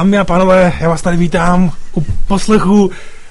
Dámy a pánové, já vás tady vítám u poslechu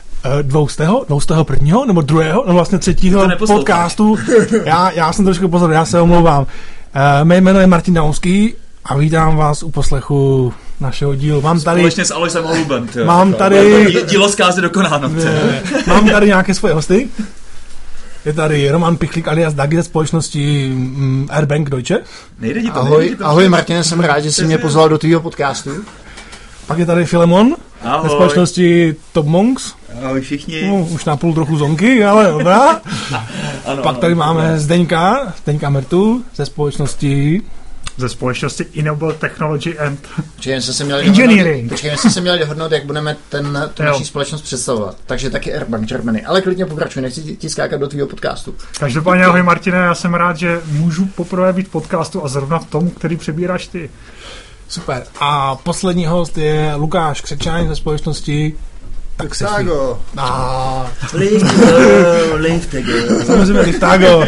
201. nebo 2. nebo vlastně 3. podcastu. Já jsem trošku pozor, já se omlouvám. Mé jméno je Martin Daumský a vítám vás u poslechu našeho dílu. Mám tady... Společně s Aloisem Holubem. Mám tady... Dílo zkázy dokonáno. Mám tady nějaké svoje hosty. Je tady Roman Pichlík alias Dagi ze společnosti Airbank Deutsche. Nejde ti to, ahoj Martine, jsem rád, že jsi mě pozval do tvýho podcastu. Pak je tady Filemon ze společnosti Top Monks. Ahoj všichni. No, už napůl trochu zonky, ale dobrá. Pak tady máme Zdeňka Mertu ze společnosti Enable Technology and Engineering. Počkejme, jsme se měli dohodnout, jak budeme tu naší společnost představovat. Takže taky Airbank Germany. Ale klidně pokračuj, nechci ti skákat do tvýho podcastu. Každopádně, ahoj Martine, já jsem rád, že můžu poprvé být v podcastu a zrovna v tom, který přebíráš ty. Super. A poslední host je Lukáš Křečáň ze společnosti Liftago. Liftago. Samozřejmě Liftago.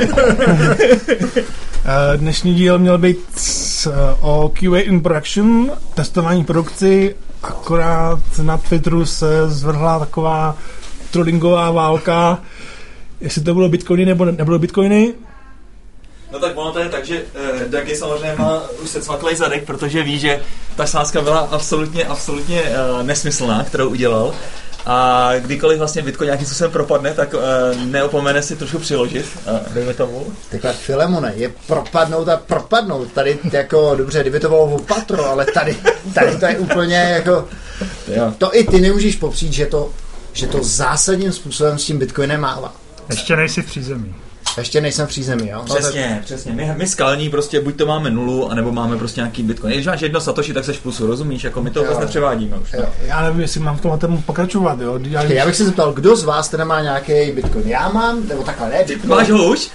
Dnešní díl měl být o QA in production, testování produkci, akorát na Twitteru se zvrhla taková trollingová válka, jestli to bylo bitcoiny nebo nebylo bitcoiny. No tak ono to je tak, že Dagi samozřejmě má už se cvaklej zadek, protože ví, že ta sázka byla absolutně nesmyslná, kterou udělal. A kdykoliv vlastně Bitcoin nějakým způsobem propadne, tak neopomene si trošku přiložit, dejme tomu. Takhle Filemone, je propadnout. Tady jako, dobře, kdyby to bylo o patro, ale tady to je úplně jako... To i ty nemůžeš popřít, že to zásadním způsobem s tím Bitcoinem mává. Ještě nejsi v přízemí. Ještě nejsem v přízemí, jo? Přesně. My skalní prostě buď to máme nulu, anebo máme prostě nějaký Bitcoin. Když máš jedno satoshi, tak seš v plusu, rozumíš? Jako my to vůbec nepřevádíme už. Já nevím, jestli mám v tomhle pokračovat, jo? Já bych se zeptal, kdo z vás teda má nějaký Bitcoin? Já mám, nebo takhle ne? Ty máš ho už?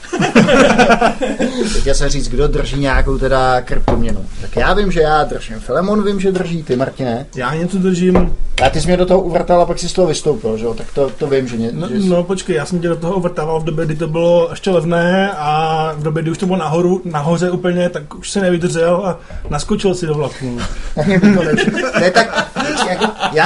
Teď já se říct, kdo drží nějakou teda kryptoměnu. Tak já vím, že já držím. Filemon vím, že drží, ty Martine. Já něco držím. A ty jsi mě do toho uvrtal a pak si z toho vystoupil, že jo? Tak to vím, že... No počkej, já jsem tě do toho uvrtával v době, kdy to bylo ještě levné a v době, kdy už to bylo nahoře úplně, tak už se nevydržel a naskočil si do vlaku. Ne, tak jako,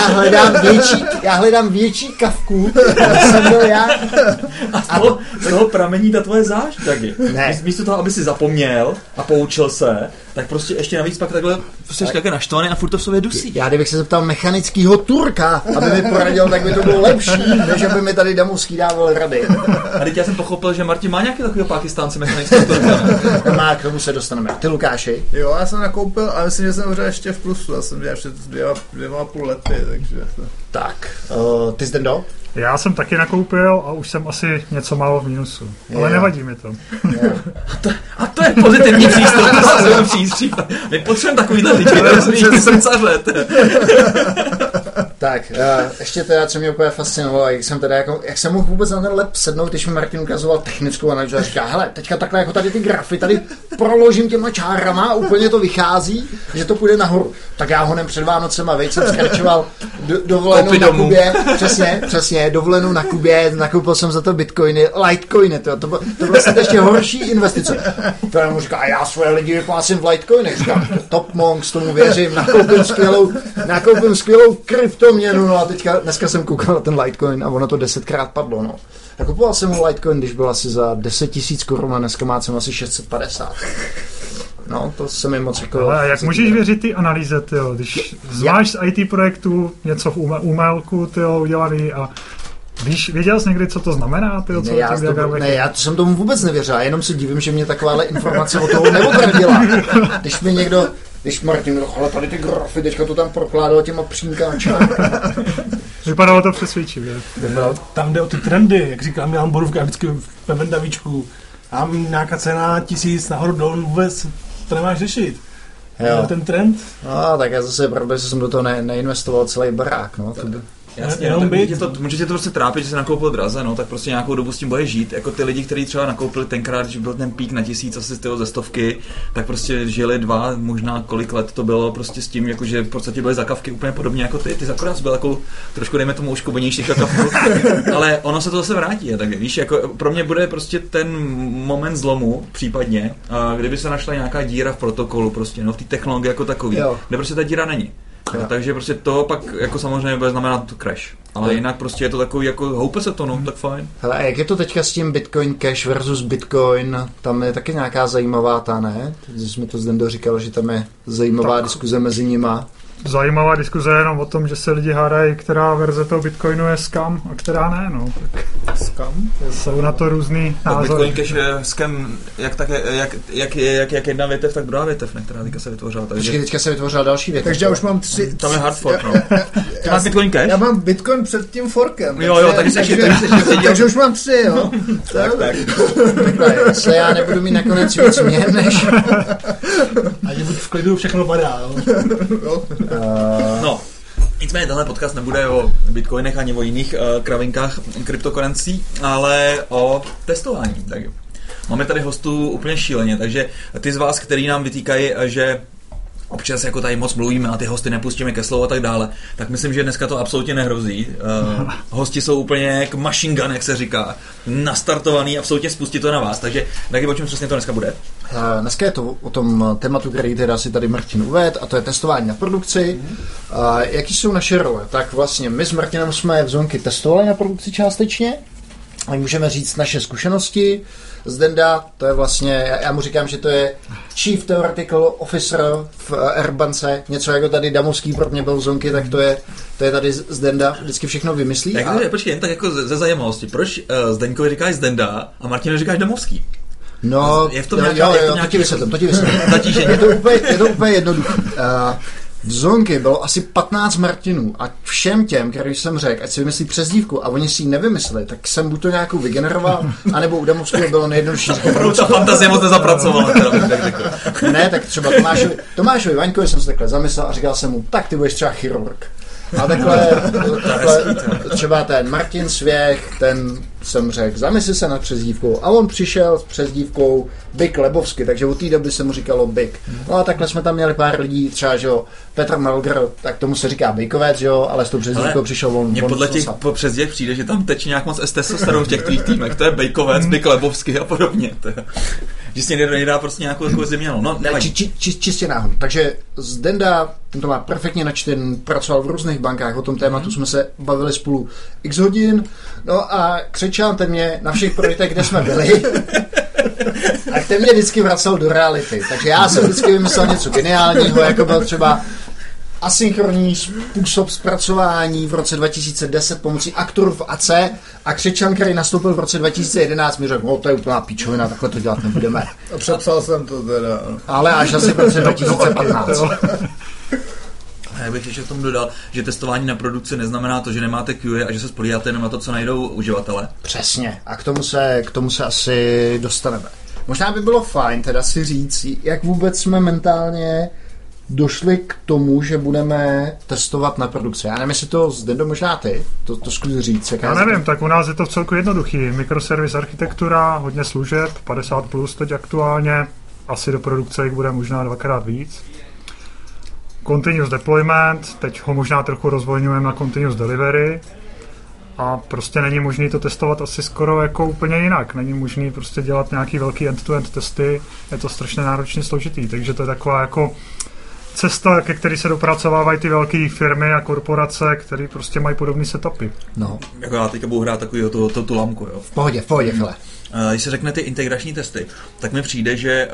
já hledám větší kavku, jsem byl já. A z toho pramení ta tvoje zášť, taky. Místo toho, aby si zapomněl a poučil se, tak prostě ještě navíc pak takhle jsi také naštvaný a furt to v sobě dusí. Já kdybych se zeptal mechanického Turka, aby mi poradil, tak by to bylo lepší, než aby mi tady Damovský dával rady. A teď já jsem pochopil, že Martin má nějaký takového Pákistánce mechanického Turka. Má, k tomu se dostaneme. Ty Lukáši? Jo, já jsem nakoupil a myslím, že jsem pořád ještě v plusu. Já jsem dělal před 2,5 lety, takže... Tak, ty Zdendo? Já jsem taky nakoupil a už jsem asi něco málo v mínusu. Ale nevadí mi to. A to je pozitivní přístup. My potřebujeme takovýhle lidi, který srdcařet. Tak, ještě teda, co mě úplně fascinovalo, jak jsem mohl vůbec na ten lep sednout, když mi Martin ukazoval technickou analýzu a říká, hele, teďka takhle jako tady ty grafy, tady proložím těma čárama a úplně to vychází, že to půjde nahoru. Tak já honem před Vánocema, veď jsem skrčoval dovolenou na Kubě, přesně, dovolenou na Kubě, nakoupil jsem za to bitcoiny, litecoiny, to bylo vlastně ještě horší investice. To já mu říká, a já svoje lidi vyplácím v litecoinech, říkám, Top Monks, tomu věřím, nakoupím skvělou kryptoměnu, no a dneska jsem koukal na ten Litecoin a ono to 10krát padlo, no. A kupoval jsem mu Litecoin, když byl asi za 10 000 korun a dneska má cenu asi 650. No, to se mi moc jako... Ale jak můžeš věřit ty analýze, tyjo, když znáš z IT projektu něco v umělku, tyjo, udělaný a věděl jsi někdy, co to znamená? Tyjo, já jsem tomu vůbec nevěřil, jenom se divím, že mě takováhle informace o toho neodradila. Když Martin, ale tady ty grafy, teďka to tam prokládal těma přímkama čárkama. Vypadalo to přesvědčivě. Tam jde o ty trendy, jak říkám Milan Borůvka vždycky ve Vendavíčku. Tam nějaká cena 1000 nahoru dolů, vůbec to nemáš řešit. Jo. Ten trend? No, tak já zase pravda, že jsem do toho neinvestoval celý barák, no. Jasně, no, může tě to prostě trápit, že se nakoupil draze, no, tak prostě nějakou dobu s tím bude žít. Jako ty lidi, kteří třeba nakoupili tenkrát, když byl ten pík na 1000 asi ze 100, tak prostě žili 2, možná kolik let to bylo prostě s tím, jakože v podstatě byly zakavky úplně podobně jako ty akorát byl jako trošku dejme tomu uškobenější zakavku, ale ono se to zase vrátí, tak víš, jako pro mě bude prostě ten moment zlomu případně, kdyby se našla nějaká díra v protokolu prostě, no, v té technologii jako takový, kde prostě ta díra není. Takže prostě to pak jako samozřejmě bude znamenat to crash. Ale jinak prostě je to takový jako houpe se to, no, tak fajn. Hele, a jak je to teďka s tím Bitcoin Cash versus Bitcoin? Tam je taky nějaká zajímavá ta, ne? Teď jsme to Zdendo říkal, že tam je zajímavá diskuze mezi nima. Zajímavá diskuze je jenom o tom, že se lidi hádají, která verze toho Bitcoinu je scam a která ne, no. Tak Scam? jsou na to různý názory. Bitcoin Cash je scam, jak jedna větev, tak druhá větev, ne, která teďka se vytvořila. Takže Počkej, teďka se vytvořila další věc. Takže já už mám 3... tam je hard fork, no. Ty máš Bitcoin Cash? Já mám Bitcoin před tím forkem. Jo, tady se takže už mám 3, jo. tak. Jestli já nebudu mít nakonec víc měr, než... A že buď v klidu všechno padá, jo. No, nicméně tenhle podcast nebude o bitcoinech ani o jiných kravinkách kryptokurencí, ale o testování. Tak máme tady hostů úplně šíleně, takže ty z vás, kteří nám vytýkají, že občas jako tady moc mluvíme a ty hosty nepustíme ke slovu a tak dále, tak myslím, že dneska to absolutně nehrozí. Hosti jsou úplně jak machine gun, jak se říká, nastartovaný, absolutně spustí to na vás, takže taky o čem přesně to dneska bude? Dneska je to o tom tématu, který teda si tady Martin uvedl, a to je testování na produkci. Jaký jsou naše role? Tak vlastně my s Martinem jsme v Zonky testovali na produkci částečně, a můžeme říct naše zkušenosti. Zdenda, to je vlastně, já mu říkám, že to je Chief Theoretical Officer v Airbance, něco jako tady Damovský pro mě byl v Zonky, tak to je tady Zdenda, vždycky všechno vymyslí. Tak počkej, jen tak jako ze zajímavosti, proč Zdeňkovi říkáš Zdenda a Martinovi říkáš Damovský? No, je v tom to ti vysvětlím. Je to úplně jednoduché. V Zonky bylo asi 15 Martinů a všem těm, který jsem řekl, ať si vymyslí přezdívku a oni si ji nevymysleli, tak jsem buď to nějakou vygeneroval, anebo u Damovského bylo nejjednodušší. Ta fantazie moc nezapracovala. Ne, tak třeba Tomášovi Vaňkovi jsem se takhle zamyslel a říkal jsem mu, tak ty budeš třeba chirurg. A takhle třeba ten Martin Svěch, ten jsem řekl, zamysli se nad přezdívkou a on přišel s přezdívkou Big Lebovsky, takže od té doby se mu říkalo Big. No a takhle jsme tam měli pár lidí, třeba, že jo, Petr Melger, tak tomu se říká Bejkovec, jo, ale s tou přezdívkou přišel on. Mně podle těch přezdív přijde, že tam teče nějak moc testosteronu v těch tvých týmech, to je Bejkovec, Big Lebovsky a podobně. Že si nedá prostě nějakou takovou zeměnu. No, čistě náhodou. Takže Zdenda, ten to má perfektně načten, pracoval v různých bankách, o tom tématu jsme se bavili spolu x hodin, no a Křečán ten mě na všech projektech, kde jsme byli, a ten mě vždycky vracel do reality. Takže já jsem vždycky vymyslel něco geniálního, jako byl třeba asynchronní způsob zpracování v roce 2010 pomocí aktorů v AC a Křečan, který nastoupil v roce 2011, mi řekl, no to je úplná píčovina, takhle to dělat nebudeme. A přepsal jsem to teda. Ale až asi v roce 2015. Já bych ještě k tomu dodal, že testování na produkci neznamená to, že nemáte QA a že se spolíháte jenom na to, co najdou uživatelé. Přesně. A k tomu se asi dostaneme. Možná by bylo fajn teda si říct, jak vůbec jsme mentálně došli k tomu, že budeme testovat na produkci. Já nevím, jestli to Zdendo možná ty, to zkus říct. Já nevím, tak u nás je to vcelku jednoduchý. Mikroservis architektura, hodně služeb, 50 plus teď aktuálně, asi do produkce jich bude možná 2x víc. Continuous deployment, teď ho možná trochu rozvolňujeme na continuous delivery a prostě není možný to testovat asi skoro jako úplně jinak. Není možný prostě dělat nějaký velký end-to-end testy, je to strašně náročně složitý, takže to je taková jako cesta, ke který se dopracovávají ty velké firmy a korporace, které prostě mají podobné setupy. No. Jako já teďka budu hrát takovýho tu lamku, jo. V pohodě, File. Když se řekne ty integrační testy, tak mi přijde, že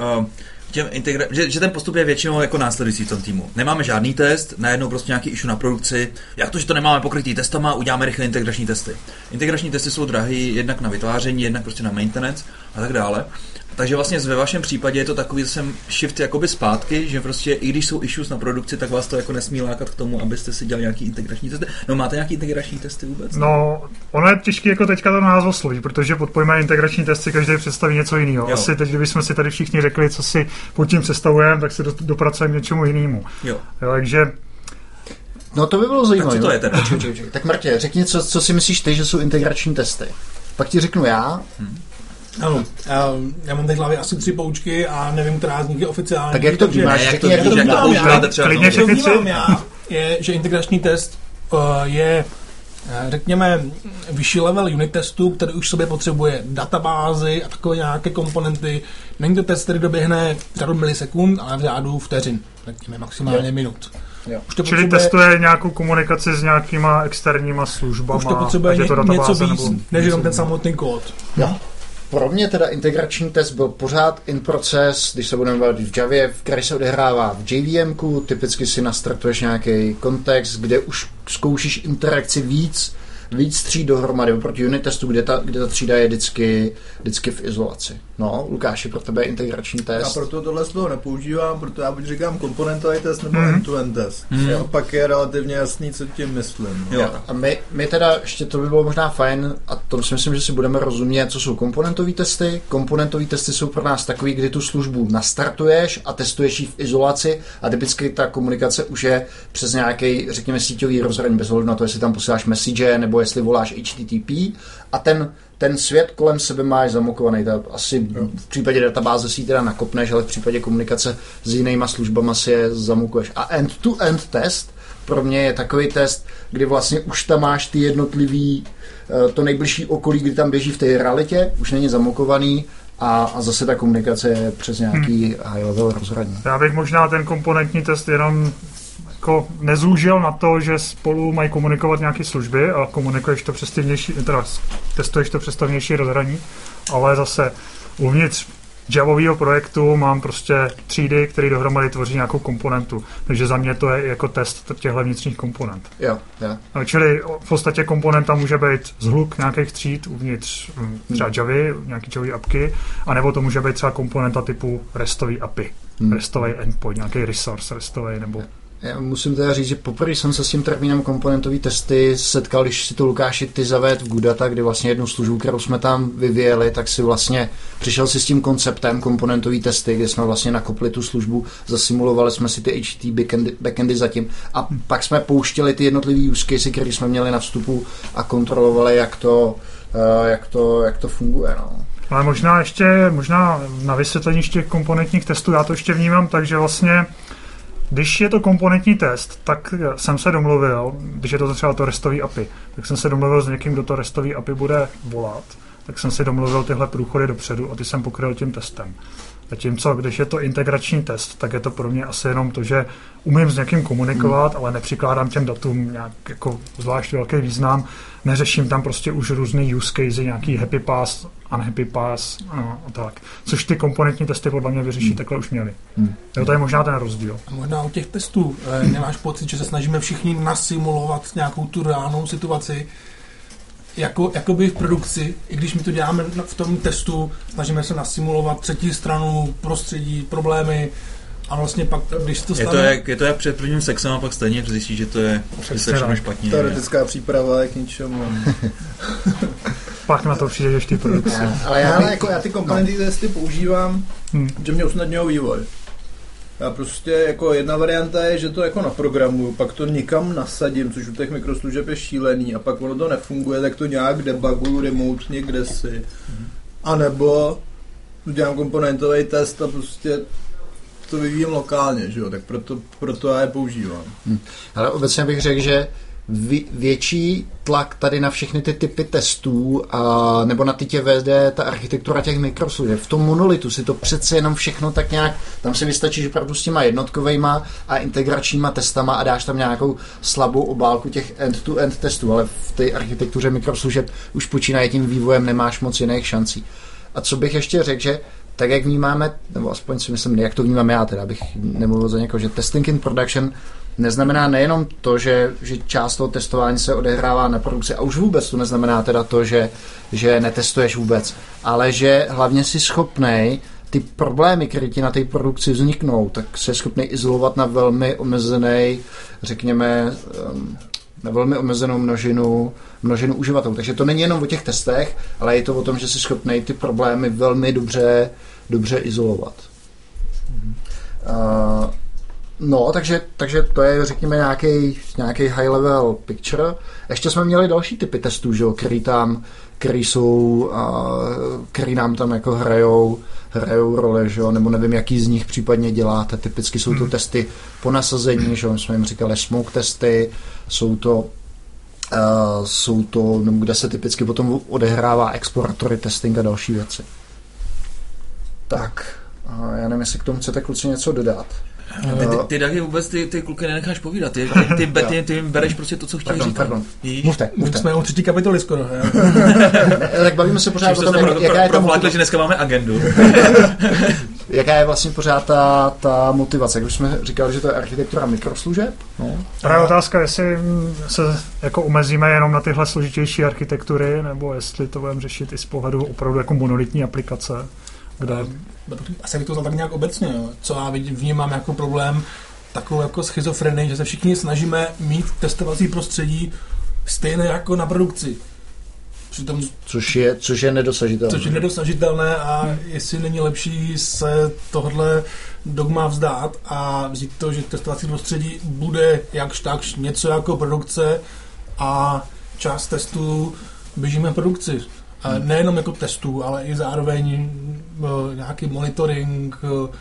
že ten postup je většinou jako následující v tom týmu. Nemáme žádný test, najednou prostě nějaký issue na produkci. Jak to, že to nemáme pokrytý testama, uděláme rychle integrační testy. Integrační testy jsou drahý jednak na vytváření, jednak prostě na maintenance a tak dále. Takže vlastně ve vašem případě je to takový shift jakoby zpátky, že prostě i když jsou issues na produkci, tak vás to jako nesmí lákat k tomu, abyste si dělali nějaký integrační testy. No máte nějaký integrační testy vůbec? No, ono je těžké jako teďka to názvo složit, protože pod pojmem integrační testy každý představí něco jiného. Asi teď, kdybychom si tady všichni řekli, co si pod tím představujeme, tak si dopracujeme něčemu jinému. Jo, takže no to by bylo zajímavé. Tak co to je teda? Tak Martě, řekni, co si myslíš ty, že jsou integrační testy. Pak ti řeknu já. Ano, já mám teď hlavě asi 3 poučky a nevím, která z nich je oficiální. Tak jak to vnímáš? Jak to vnímáte třeba? Jak to vnímám já, je, že integrační test je, řekněme, vyšší level unit testu, který už sobě potřebuje databázy a takové nějaké komponenty. Není to test, který doběhne v řádu milisekund, ale v řádu vteřin, řekněme maximálně minut. Čili testuje nějakou komunikaci s nějakýma externíma službama. Už to potřebuje něco víc, než jenom ten samotný kód. Jo. Pro mě teda integrační test byl pořád in proces, když se budeme bavit v Javě, který se odehrává v JVMku, typicky si nastartuješ nějaký kontext, kde už zkoušíš interakci víc tříd dohromady, oproti unit testu, kde ta třída je vždycky v izolaci. No, Lukáši, pro tebe je integrační test. Já proto tohle z toho nepoužívám, proto já buď říkám komponentový test nebo end-to-end test. Jo, pak je relativně jasný, co tím myslím. Jo. A my teda, ještě to by bylo možná fajn, a to si myslím, že si budeme rozumět, co jsou komponentové testy. Komponentové testy jsou pro nás takový, kdy tu službu nastartuješ a testuješ ji v izolaci a typicky ta komunikace už je přes nějaký, řekněme, síťový rozhraní, bez ohledu na to, jestli tam posíláš message nebo jestli voláš HTTP a ten svět kolem sebe máš zamokovaný. Asi v případě databáze si ji teda nakopneš, ale v případě komunikace s jinýma službama si je zamokuješ. A end-to-end test pro mě je takový test, kdy vlastně už tam máš ty jednotlivý, to nejbližší okolí, kdy tam běží v té realitě, už není zamokovaný a zase ta komunikace je přes nějaký high-level rozhraní. Já bych možná ten komponentní test jenom jako nezúžil na to, že spolu mají komunikovat nějaké služby a komunikuješ to přes ty vnější, teda testuješ to přes to vnější rozhraní, ale zase uvnitř Javového projektu mám prostě třídy, které dohromady tvoří nějakou komponentu. Takže za mě to je jako test těchto vnitřních komponent. Jo. Čili v podstatě komponenta může být zhluk nějakých tříd uvnitř třeba Javy, nějaký Javy apky, anebo to může být třeba komponenta typu restový API, restový endpoint, nějaký resource restový nebo... Já musím teda říct, že poprvé jsem se s tím termínem komponentový testy setkal, když si to, Lukáši, ty zaved v Goodata, kdy vlastně jednu službu, kterou jsme tam vyvíjeli, tak si vlastně přišel si s tím konceptem komponentový testy, kde jsme vlastně nakopli tu službu, zasimulovali jsme si ty HTTP backendy zatím a pak jsme pouštěli ty jednotlivý use case, které jsme měli na vstupu a kontrolovali, jak to funguje. No. Ale možná na vysvětlení těch komponentních testů, já to ještě vnímám tak, že vlastně když je to komponentní test, tak jsem se domluvil, když je to třeba to restový API, tak jsem se domluvil s někým, kdo to restový API bude volat, tak jsem si domluvil tyhle průchody dopředu a ty jsem pokryl tím testem. Zatímco, když je to integrační test, tak je to pro mě asi jenom to, že umím s někým komunikovat, ale nepřikládám těm datům nějak jako zvlášť velký význam, neřeším tam prostě už různý use case, nějaký happy pass, unhappy pass a tak. Což ty komponentní testy podle mě vyřeší, takhle už měli. Jo, to je možná ten rozdíl. A možná u těch testů nemáš pocit, že se snažíme všichni nasimulovat nějakou tu reálnou situaci, jako by v produkci, i když my to děláme v tom testu, snažíme se nasimulovat třetí stranu, prostředí, problémy a vlastně pak, když to stane... Je to jak před prvním sexem a pak stejně zjistíš, že to je všechno špatně. Teoretická příprava je k ničemu. Pak na to přijdeš ty produkci. Ale já ty komponenty testy používám, že mě usnadňují vývoj. Já prostě jako jedna varianta je, že to jako naprogramuju, pak to někam nasadím, což u těch mikroslužeb je šílený a pak ono to nefunguje, tak to nějak debuguju remote někde si. A nebo udělám komponentový test a prostě to vyvíjím lokálně, že jo, tak proto já je používám. Ale obecně bych řekl, že větší tlak tady na všechny ty typy testů a nebo na ty VSD, ta architektura těch mikroslužeb. V tom monolitu si to přece jenom všechno tak nějak, tam si vystačí, že opravdu s těma jednotkovejma a integračníma testama a dáš tam nějakou slabou obálku těch end-to-end testů, ale v té architektuře mikroslužeb už počínají tím vývojem, nemáš moc jiných šancí. A co bych ještě řekl, že tak jak vnímáme, nebo aspoň si myslím, jak to vnímám já, teda abych nemluvil za někoho, že testing in production neznamená nejenom to, že část toho testování se odehrává na produkci a už vůbec to neznamená teda to, že netestuješ vůbec, ale že hlavně si schopnej ty problémy, které ti na té produkci vzniknou, tak jsi schopný izolovat na velmi omezený, řekněme, na velmi omezenou množinu uživatelů. Takže to není jenom o těch testech, ale je to o tom, že jsi schopný ty problémy velmi dobře izolovat. No, takže to je, řekněme, nějaký high level picture. Ještě jsme měli další typy testů, že jo, který nám tam jako hrajou role, že jo, nebo nevím, jaký z nich případně děláte. Typicky jsou to testy po nasazení, že jo, jsme jim říkali smoke testy, jsou to, kde se typicky potom odehrává exploratory testing a další věci. Tak, já nevím, jestli k tomu chcete kluci něco dodat. Ty taky vůbec ty kluky nenecháš povídat, ty jim bereš prostě to, co chtějí říkat. Mluvte. Jsme u 3. kapitoly skoro. Tak bavíme se pořád o tom, jaká je ta motivace, že dneska máme agendu. Jaká je vlastně pořád ta motivace? Když jsme říkali, že to je architektura mikroslužeb? No. Právě otázka, jestli se jako omezíme jenom na tyhle složitější architektury, nebo jestli to budeme řešit i z pohledu opravdu jako monolitní aplikace. Kde... Asi bych to vzal tak nějak obecně, jo. Co já vnímám jako problém, takovou jako schizofrenii, že se všichni snažíme mít testovací prostředí stejné jako na produkci. Přitom, což je nedosažitelné. Což je nedosažitelné a jestli není lepší se tohle dogma vzdát a vzít to, že testovací prostředí bude jakž takž něco jako produkce a část testů běžíme v produkci. Nejenom jako testů, ale i zároveň nějaký monitoring,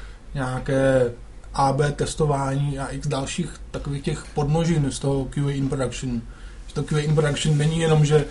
nějaké AB testování a x dalších takových těch podnožin z toho QA in production. Že to QA in production není jenom, že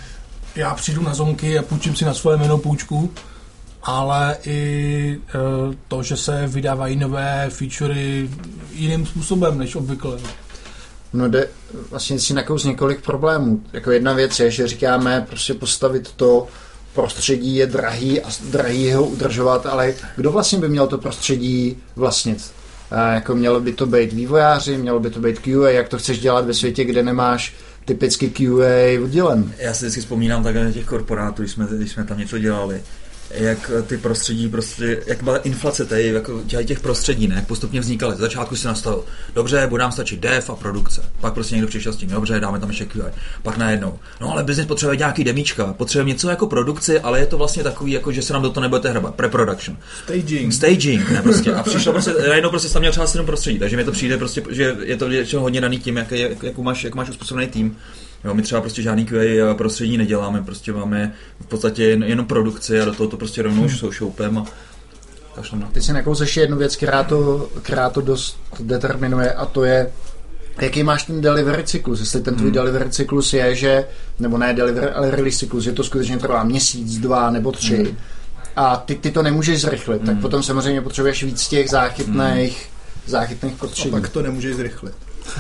já přijdu na zonky a půjčím si na svoje jméno půjčku, ale i to, že se vydávají nové featurey jiným způsobem než obvykle. No jde vlastně si nakouz několik problémů. Jako jedna věc je, že říkáme prostě postavit to prostředí je drahý a drahý ho udržovat, ale kdo vlastně by měl to prostředí vlastnit? Jako mělo by to být vývojáři, mělo by to být QA, jak to chceš dělat ve světě, kde nemáš typicky QA oddělen. Já si vždycky vzpomínám takhle na těch korporátů, když jsme tam něco dělali, jak ty prostředí prostě, jak byla inflace tady, jako těch prostředí, ne, jak postupně vznikaly. Z začátku se nastavil, dobře, bude nám stačit dev a produkce. Pak prostě někdo přišel s tím, dobře, dáme tam ještě QA. Pak najednou, no ale business potřebuje nějaký demíčka, potřebuje něco jako produkci, ale je to vlastně takový, jako že se nám do toho nebudete hrabat. Pre-production. Staging, ne prostě. A přišlo prostě, najednou prostě tam měl třeba 7 prostředí, takže mi to přijde prostě, že je to hodně daný tím, jak máš uspůsobený tým. Jo, my třeba prostě žádný QA prostředí neděláme, prostě máme v podstatě jenom produkci a do toho to prostě rovnou šoupem a kašlem na to. Teď si nakouz ještě jednu věc, která to dost determinuje, a to je, jaký máš ten delivery cyklus. Jestli ten tvůj delivery cyklus je, že, nebo ne delivery, ale release cyklus, že to skutečně trvá měsíc, 2 nebo 3 a ty to nemůžeš zrychlit, tak potom samozřejmě potřebuješ víc těch záchytných prostředí. A pak to nemůžeš zrychlit.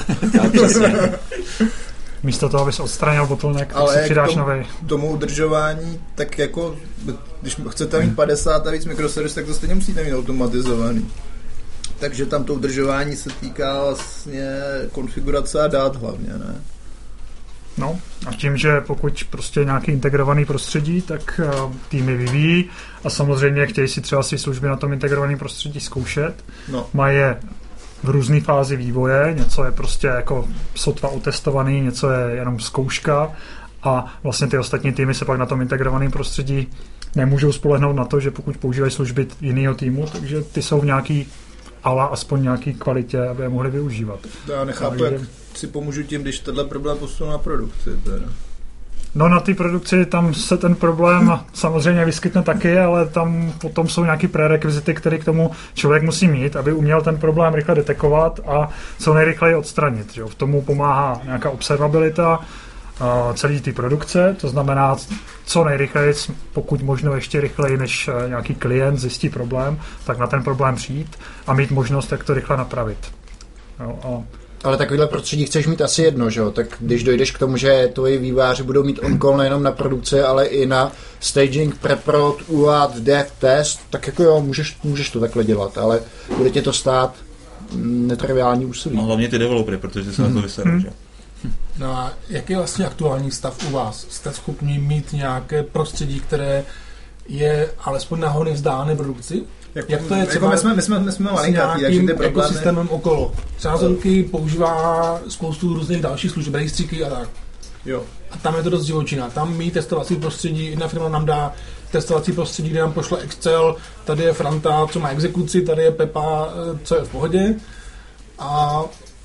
Místo toho, abys odstranil bottleneck, tak si přidáš nový. Tomu udržování, tak jako, když chcete mít 50 a víc mikroservis, tak to stejně musíte mít automatizovaný. Takže tam to udržování se týká vlastně konfigurace a dát hlavně, ne? No a tím, že pokud prostě nějaký integrovaný prostředí, tak týmy vyvíjí a samozřejmě chtějí si třeba si služby na tom integrovaném prostředí zkoušet. No. Mají je v různé fázi vývoje, něco je prostě jako sotva otestovaný, něco je jenom zkouška a vlastně ty ostatní týmy se pak na tom integrovaném prostředí nemůžou spolehnout na to, že pokud používají služby jiného týmu, takže ty jsou v nějaký aspoň nějaký kvalitě, aby je mohli využívat. Já nechápu, jak si pomůžu tím, když tenhle problém posunu na produkci. Teda. No na té produkci tam se ten problém samozřejmě vyskytne taky, ale tam potom jsou nějaký prerekvizity, které k tomu člověk musí mít, aby uměl ten problém rychle detekovat a co nejrychleji odstranit. Že? V tomu pomáhá nějaká observabilita celé té produkce, to znamená co nejrychleji, pokud možno ještě rychleji, než nějaký klient zjistí problém, tak na ten problém přijít a mít možnost, jak to rychle napravit. Jo, ale takovýhle prostředí chceš mít asi jedno, že jo? Tak když dojdeš k tomu, že tvoji vývojáři budou mít on-call nejenom na produkci, ale i na staging, preprod, UAT, dev, test, tak jako jo, můžeš to takhle dělat, ale bude tě to stát netriviální úsilí. No hlavně ty developery, protože se na to vyserou, že? No a jaký je vlastně aktuální stav u vás? Jste schopni mít nějaké prostředí, které je alespoň náhodně vzdálené produkci? Jak to je třeba jako my jsme malinkatý, takže ty problémy... ekosystémem okolo. Sázonky používá spoustu různých dalších služeb, rejstříky a tak. Jo. A tam je to dost divočina. Tam mít testovací prostředí, jedna firma nám dá testovací prostředí, kde nám pošle Excel, tady je Franta, co má exekuci, tady je Pepa, co je v pohodě. A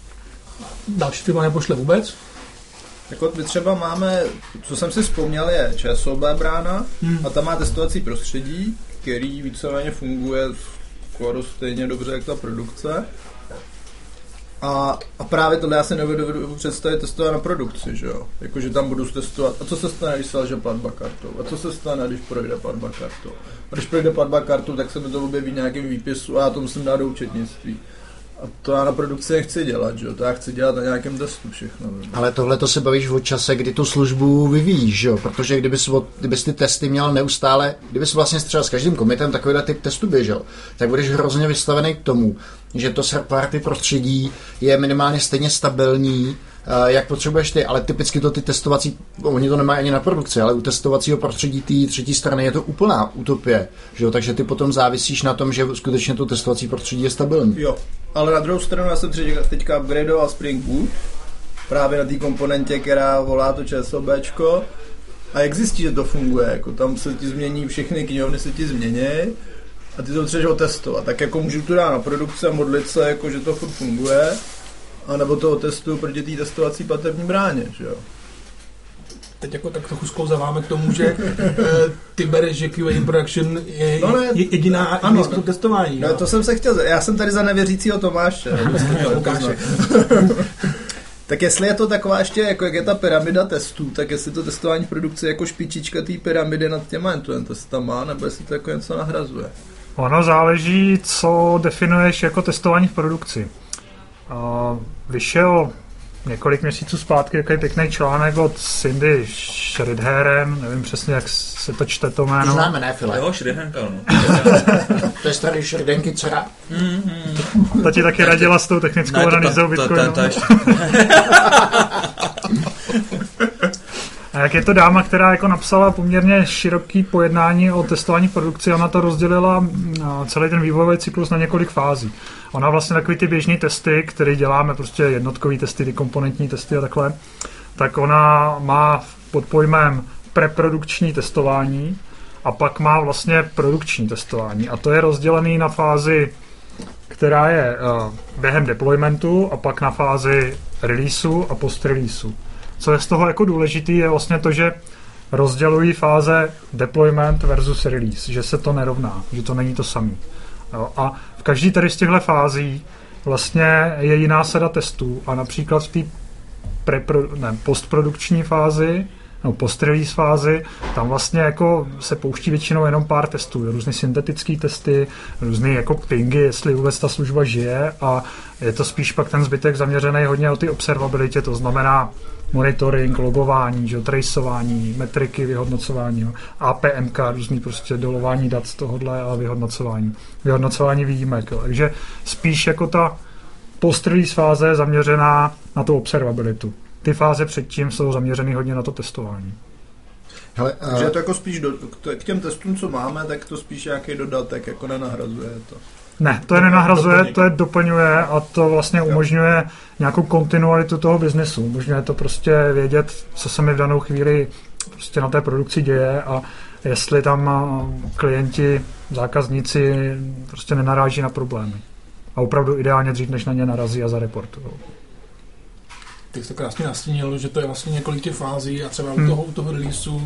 další firma nepošle vůbec. Jako my třeba máme, co jsem si vzpomněl, je ČSOB brána a tam má testovací prostředí, který víceméně funguje skoro stejně dobře, jak ta produkce. A právě tohle já si nedovedu představit testovat na produkci, že jo? Jakože tam budu testovat, a co se stane, když selže platba kartou? A co se stane, když projde platba kartou? A když projde platba kartou, tak se mi to objeví nějakým výpisu a já to musím dát do účetnictví. A to já na produkci nechci dělat, že jo? To já chci dělat na nějakém testu všechno. Ale tohle to se bavíš o čase, kdy tu službu vyvíjíš, že jo? Protože kdybys ty testy měl neustále, kdybys vlastně třeba s každým commitem takovýhle typ testu běžel, tak budeš hrozně vystavený k tomu, že to third-party prostředí je minimálně stejně stabilní, jak potřebuješ ty, ale typicky to ty testovací, oni to nemají ani na produkci, ale u testovacího prostředí té třetí strany je to úplná utopie, že jo? Takže ty potom závisíš na tom, že skutečně to testovací prostředí je stabilní. Jo, ale na druhou stranu já jsem teďka upgradeoval Spring Boot právě na té komponentě, která volá to ČSOBčko a jak zjistí, že to funguje, jako tam se ti změní všechny knihovny, se ti změní a ty to potřebuješ otestovat, tak jako můžu to dát na produkci a modlit se, jako, že to furt funguje, anebo to otestuju proti té testovací platební bráně, že jo. Teď jako tak trochu sklouzáváme k tomu, že ty bereš, že QA Production je jediná způsob testování. No, to jsem se chtěl, já jsem tady za nevěřícího Tomáše. Tak jestli je to taková ještě, jako jak je ta pyramida testů, tak jestli to testování v produkci jako špičička té pyramidy nad těma end-to-end testama, nebo jestli to jako něco nahrazuje? Ono záleží, co definuješ jako testování v produkci. Vyšel několik měsíců zpátky takový pěkný článek od Cindy Schridherem, nevím přesně, jak se to čte to jméno. To známe, ne, File? Jo, Schridhenka, no. To je starý Schridhenky dcera. Ta ti taky radila s tou technickou analýzou Bitcoinu. A jak je to dáma, která jako napsala poměrně široký pojednání o testování produkci, ona to rozdělila celý ten vývojový cyklus na několik fází. Ona vlastně takový ty běžný testy, které děláme, prostě jednotkový testy, ty komponentní testy a takhle, tak ona má pod pojmem preprodukční testování a pak má vlastně produkční testování. A to je rozdělený na fázi, která je během deploymentu a pak na fázi releaseu a post-releaseu. Co je z toho jako důležitý, je vlastně to, že rozdělují fáze deployment versus release, že se to nerovná, že to není to samý. Jo, a v každý tady z těchto fází vlastně je jiná sada testů a například v té postprodukční fázi nebo post-release fázi, tam vlastně jako se pouští většinou jenom pár testů, různé syntetické testy, různé jako pingy, jestli vůbec ta služba žije a je to spíš pak ten zbytek zaměřený hodně o ty observabilitě, to znamená monitoring, logování, že, traceování, metriky, vyhodnocování, jo, APMK, různý prostě dolování dat z tohohle a vyhodnocování výjimek. Jo. Takže spíš jako ta post-release fáze je zaměřená na tu observabilitu. Ty fáze předtím jsou zaměřený hodně na to testování. Hele, takže je to jako spíš k těm testům, co máme, tak to spíš nějaký dodatek, jako nenahrazuje to. Ne, to je nenahrazuje, to je doplňuje a to vlastně umožňuje nějakou kontinualitu toho biznesu. Umožňuje to prostě vědět, co se mi v danou chvíli prostě na té produkci děje a jestli tam klienti, zákazníci prostě nenaráží na problémy. A opravdu ideálně dřív, než na ně narazí a zareportují. Ty jsi to krásně nastínil, že to je vlastně několik těch fází a třeba u toho releaseu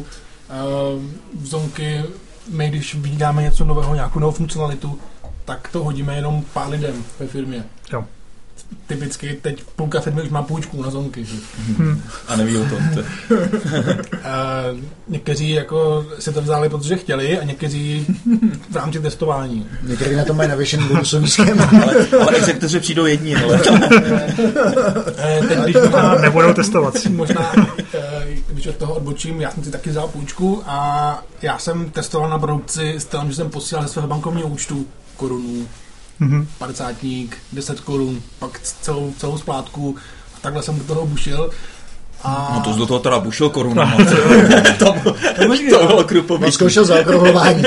v zonky my, když vydáme něco nového, nějakou novou funkcionalitu, tak to hodíme jenom pár lidem ve firmě. Jo. Typicky teď půlka firmy už má půjčku na zonky. A neví o tom. Někteří jako si to vzali, protože chtěli a někteří v rámci testování. Někteří na to mají navěšený bonusový schéma. ale exekutoři přijdou jedni. Teď, když možná, nebudou testovat. Možná, když od toho odbočím, já jsem si taky vzal půjčku a já jsem testoval na produkci s tím, že jsem posílal ze svého bankovního účtu korunu, 50, 10 korun, pak celou splátku a takhle jsem do toho bušil. A... No to do toho teda bušil koruna. to bylo krupový. Zkoušel zaokrouhlování.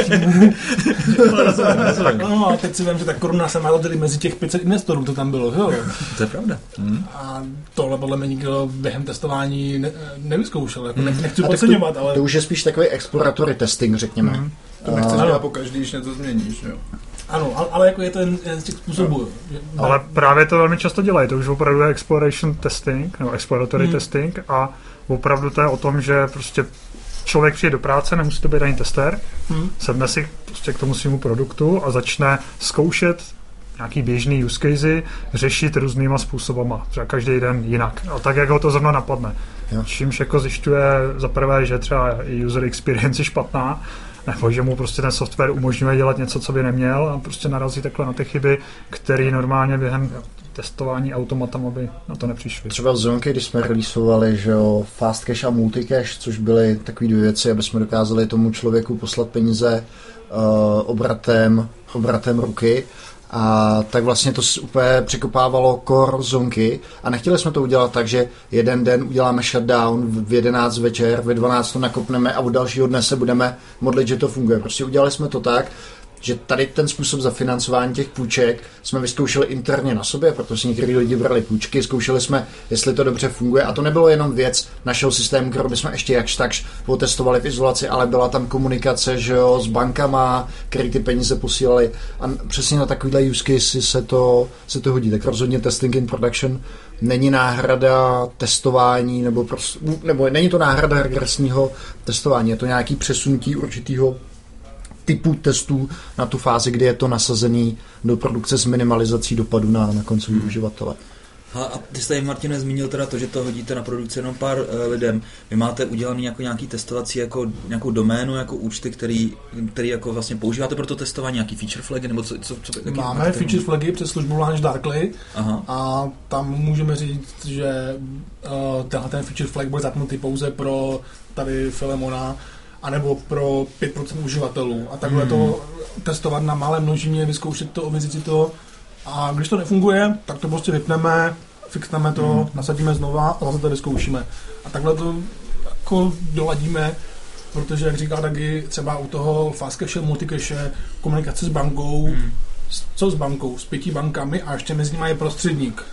No a teď si vím, že ta koruna se má tedy mezi těch 500 investorů, to tam bylo, jo. To je pravda. A tohle podle mě nikdo během testování nevyzkoušel, jako nechci podceňovat, ale... To už je spíš takový exploratory testing, řekněme. To nechceš dělat pokaždý, když něco změníš, jo. Ano, ale jako je to jeden z těch způsobů. Ale právě to velmi často dělají, to už opravdu je exploration testing, nebo exploratory testing a opravdu to je o tom, že prostě člověk přijde do práce, nemusí to být ani tester, sedne si prostě k tomu svému produktu a začne zkoušet nějaký běžný use casey řešit různýma způsobama, třeba každý den jinak, a tak, jak ho to zrovna napadne. Čímž jako zjišťuje za prvé, že třeba user experience je špatná, nebo že mu prostě ten software umožňuje dělat něco, co by neměl, a prostě narazí takhle na ty chyby, které normálně během testování automatama by na to nepřišly. Třeba v Zonky, když jsme releaseovali, že jo, fast cache a multicache, což byly takové dvě věci, aby jsme dokázali tomu člověku poslat peníze obratem ruky, a tak vlastně to úplně překopávalo core Zonky a nechtěli jsme to udělat tak, že jeden den uděláme shutdown v 11 večer, ve 12 to nakopneme a od dalšího dne se budeme modlit, že to funguje. Prostě udělali jsme to tak, že tady ten způsob zafinancování těch půjček jsme vyzkoušeli interně na sobě, protože některý lidi brali půjčky, zkoušeli jsme, jestli to dobře funguje, a to nebylo jenom věc našeho systému, kterou bychom ještě jakž takž potestovali v izolaci, ale byla tam komunikace, že jo, s bankama, který ty peníze posílali, a přesně na takovýhle use case se to hodí. Tak rozhodně testing in production není náhrada testování, nebo není to náhrada regresního testování, je to nějaký přesunutí určitýho typu testů na tu fázi, kdy je to nasazený do produkce s minimalizací dopadu na koncový uživatele. A ty jste, Martine, zmínil teda to, že to hodíte na produkci jenom pár lidem. Vy máte udělaný jako nějaký testovací, jako nějakou doménu, jako účty, který jako vlastně používáte pro to testování, nějaký feature flagy, nebo co máme feature flagy přes službu Launch Darkly. Aha. A tam můžeme říct, že ten feature flag bude zapnutý pouze pro tady Filemona, anebo pro 5% uživatelů. A takhle to testovat na malé množině, vyzkoušet to, ověřit si to. A když to nefunguje, tak to prostě vypneme, fixneme to, nasadíme znova a zase to vyzkoušíme. A takhle to jako doladíme, protože, jak říkal taky, třeba u toho fast cache, multicache, komunikace s bankou, co s bankou? S 5 bankami a ještě mezi nimi je prostředník.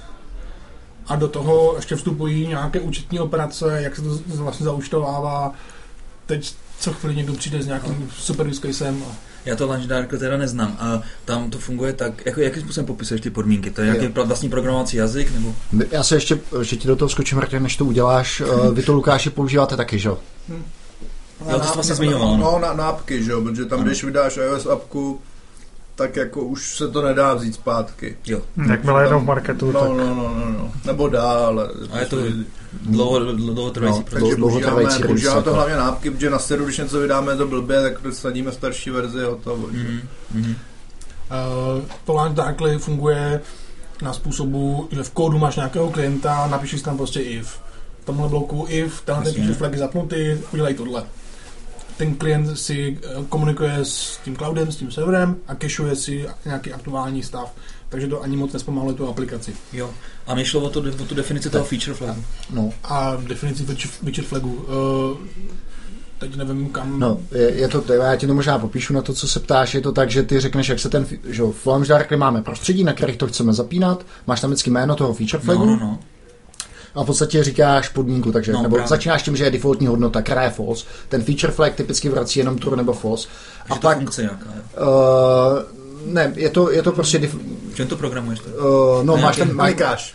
A do toho ještě vstupují nějaké účetní operace, jak se to vlastně zaúčtovává. Teď co chvíli někdo přijde s nějakým super use casem. Já to Launch Darkly teda neznám. A tam to funguje tak, jako jakým způsobem popisuješ ty podmínky? To je nějaký vlastní programovací jazyk? Nebo? Já se ještě ti do toho skočím, Martin, než to uděláš. Vy to, Lukáši, používáte taky, že jo? Jo, to jsi vlastně zmiňoval. No, na appky, že jo, protože tam, když vydáš iOS appku, tak jako už se to nedá vzít zpátky. Jo. Jakmile jednou v marketu, tak... No. Nebo dá, ale... A je to dlouhotrvající. Takže používáme to hlavně na appky, protože na seru, když něco vydáme to blbě, tak sadíme starší verzi a hotovo. To Launch Darkly funguje na způsobu, že v kódu máš nějakého klienta, napíšeš tam prostě if. V tomhle bloku if, tenhle feature flag je zapnutý, udělej tohle. Ten klient si komunikuje s tím cloudem, s tím serverem a cacheuje si nějaký aktuální stav. Takže to ani moc nespomaluje tu aplikaci. Jo. A mě šlo o tu definici toho feature flagu. No. A definici feature flagu. Teď nevím kam... No, je to, já ti to možná popíšu na to, co se ptáš. Je to tak, že ty řekneš, jak se ten... Že v Launch Darkly máme prostředí, na kterých to chceme zapínat. Máš tam vždycky jméno toho feature flagu. No. A v podstatě říkáš podmínku, takže nebo právě. Začínáš tím, že je defaultní hodnota, která je false. Ten feature flag typicky vrací jenom true nebo false. A pak funkce nějaká, ne, je to prostě... Čem to programuješ? No, máš ten... Klikáš.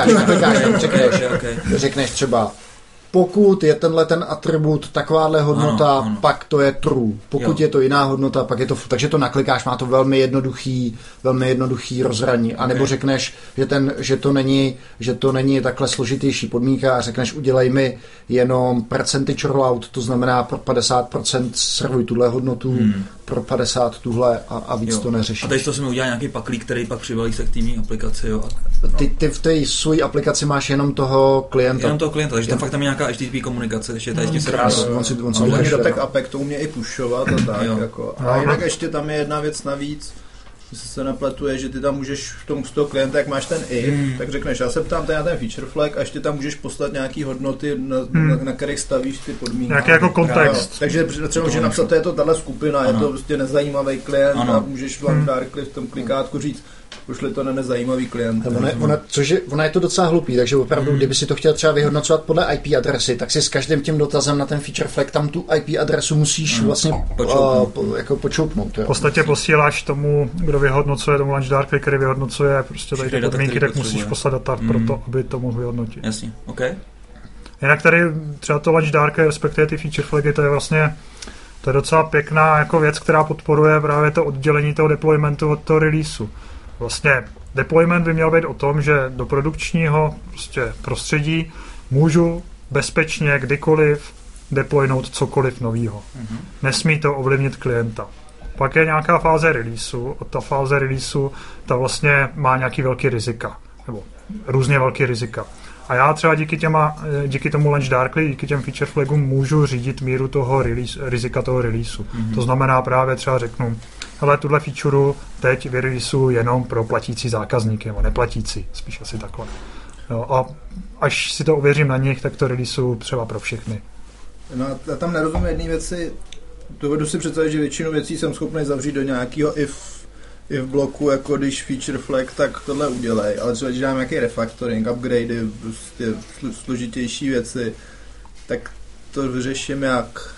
Řekneš třeba, pokud je tenhle ten atribut takováhle hodnota, ano. Pak to je true. Pokud je to jiná hodnota, pak je to... Takže to naklikáš, má to velmi jednoduchý rozhraní. A nebo řekneš, že to není takhle složitější podmínka a řekneš, udělej mi jenom percentage rollout, to znamená pro 50% servuj tuhle hodnotu, pro 50 tuhle a víc to neřešíš. A teď to jsme udělal nějaký paklík, který pak přibalí se k týmní aplikaci, jo? Ty v té své aplikaci máš jenom toho klienta. Takže tam fakt tam je nějaká HTTP komunikace, ještě tady s tím se hlavně do těch apek to umí i pushovat a tak. Jako. A jinak ještě tam je jedna věc navíc, jestli se nepletuje, že ty tam můžeš z toho klienta, jak máš ten if, tak řekneš, já se ptám ten feature flag a ještě tam můžeš poslat nějaký hodnoty, na kterých stavíš ty podmínky. Nějaký jako kontext. Takže třeba můžeš napsat, to je to tahle skupina, je to prostě nezajímavý klient a můžeš v Launch Darkly v tom klikátku říct, pošli to na nezajímavý klient. Ona je to docela hlupý, takže opravdu, kdyby si to chtěl třeba vyhodnocovat podle IP adresy, tak si s každým tím dotazem na ten feature flag tam tu IP adresu musíš vlastně počoupnout. V podstatě posíláš tomu, kdo vyhodnocuje, tomu Launch Darkly, který vyhodnocuje prostě tady ty podmínky, tak musíš poslat data pro to, aby to mohl vyhodnotit. Jasně, OK. Jinak tady třeba to Launch Darkly, respektive ty feature flagy, to je vlastně docela pěkná jako věc, která podporuje právě to oddělení toho deploymentu od toho releaseu. Vlastně deployment by měl být o tom, že do produkčního prostě prostředí můžu bezpečně kdykoliv deploynout cokoliv novýho. Nesmí to ovlivnit klienta. Pak je nějaká fáze releaseu a ta fáze releaseu ta vlastně má nějaký velký rizika. Nebo různě velký rizika. A já třeba díky tomu Launch Darkly, díky těm feature flagům můžu řídit míru toho rizika toho releaseu. To znamená právě třeba řeknu, hele, tuhle featureu teď vyreleaseu jenom pro platící zákazníky, nebo neplatící, spíš asi takhle. Jo, a až si to ověřím na nich, tak to releaseu třeba pro všechny. No já tam nerozumím jedné věci, dovedu si představit, že většinu věcí jsem schopný zavřít do nějakého if bloku, jako když feature flag, tak tohle udělej, ale třeba když dám nějaký refactoring, upgradey, prostě složitější věci, tak to vyřeším jak,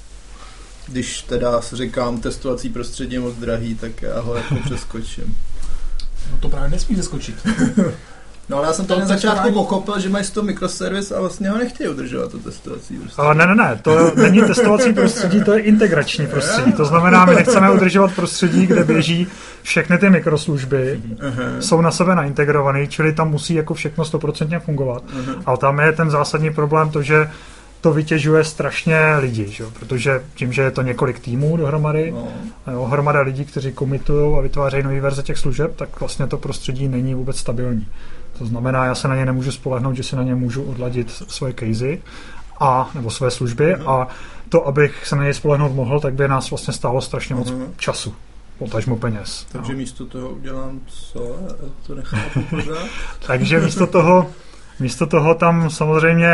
když teda říkám testovací prostředí je moc drahý, tak já ho jako přeskočím. No to právě nesmí zeskočit. No ale já jsem to na začátku pochopil, že mají 100 mikroservis a vlastně ho nechtějí udržovat to testovací prostředí. Ale ne, to není testovací prostředí, to je integrační prostředí. To znamená, my nechceme udržovat prostředí, kde běží všechny ty mikroslužby, jsou na sebe naintegrovaný, čili tam musí jako všechno 100% fungovat. Ale tam je ten zásadní problém to, že to vytěžuje strašně lidi, že? Protože tím, že je to několik týmů dohromady, hromada lidí, kteří komitujou a vytvářejí nový verze těch služeb, tak vlastně to prostředí není vůbec stabilní. To znamená, já se na ně nemůžu spolehnout, že si na ně můžu odladit svoje casey nebo své služby a to, abych se na ně spolehnout mohl, tak by nás vlastně stálo strašně moc času. Potažmo peněz. Takže místo toho udělám co? To nechápu pořád. Takže místo toho tam samozřejmě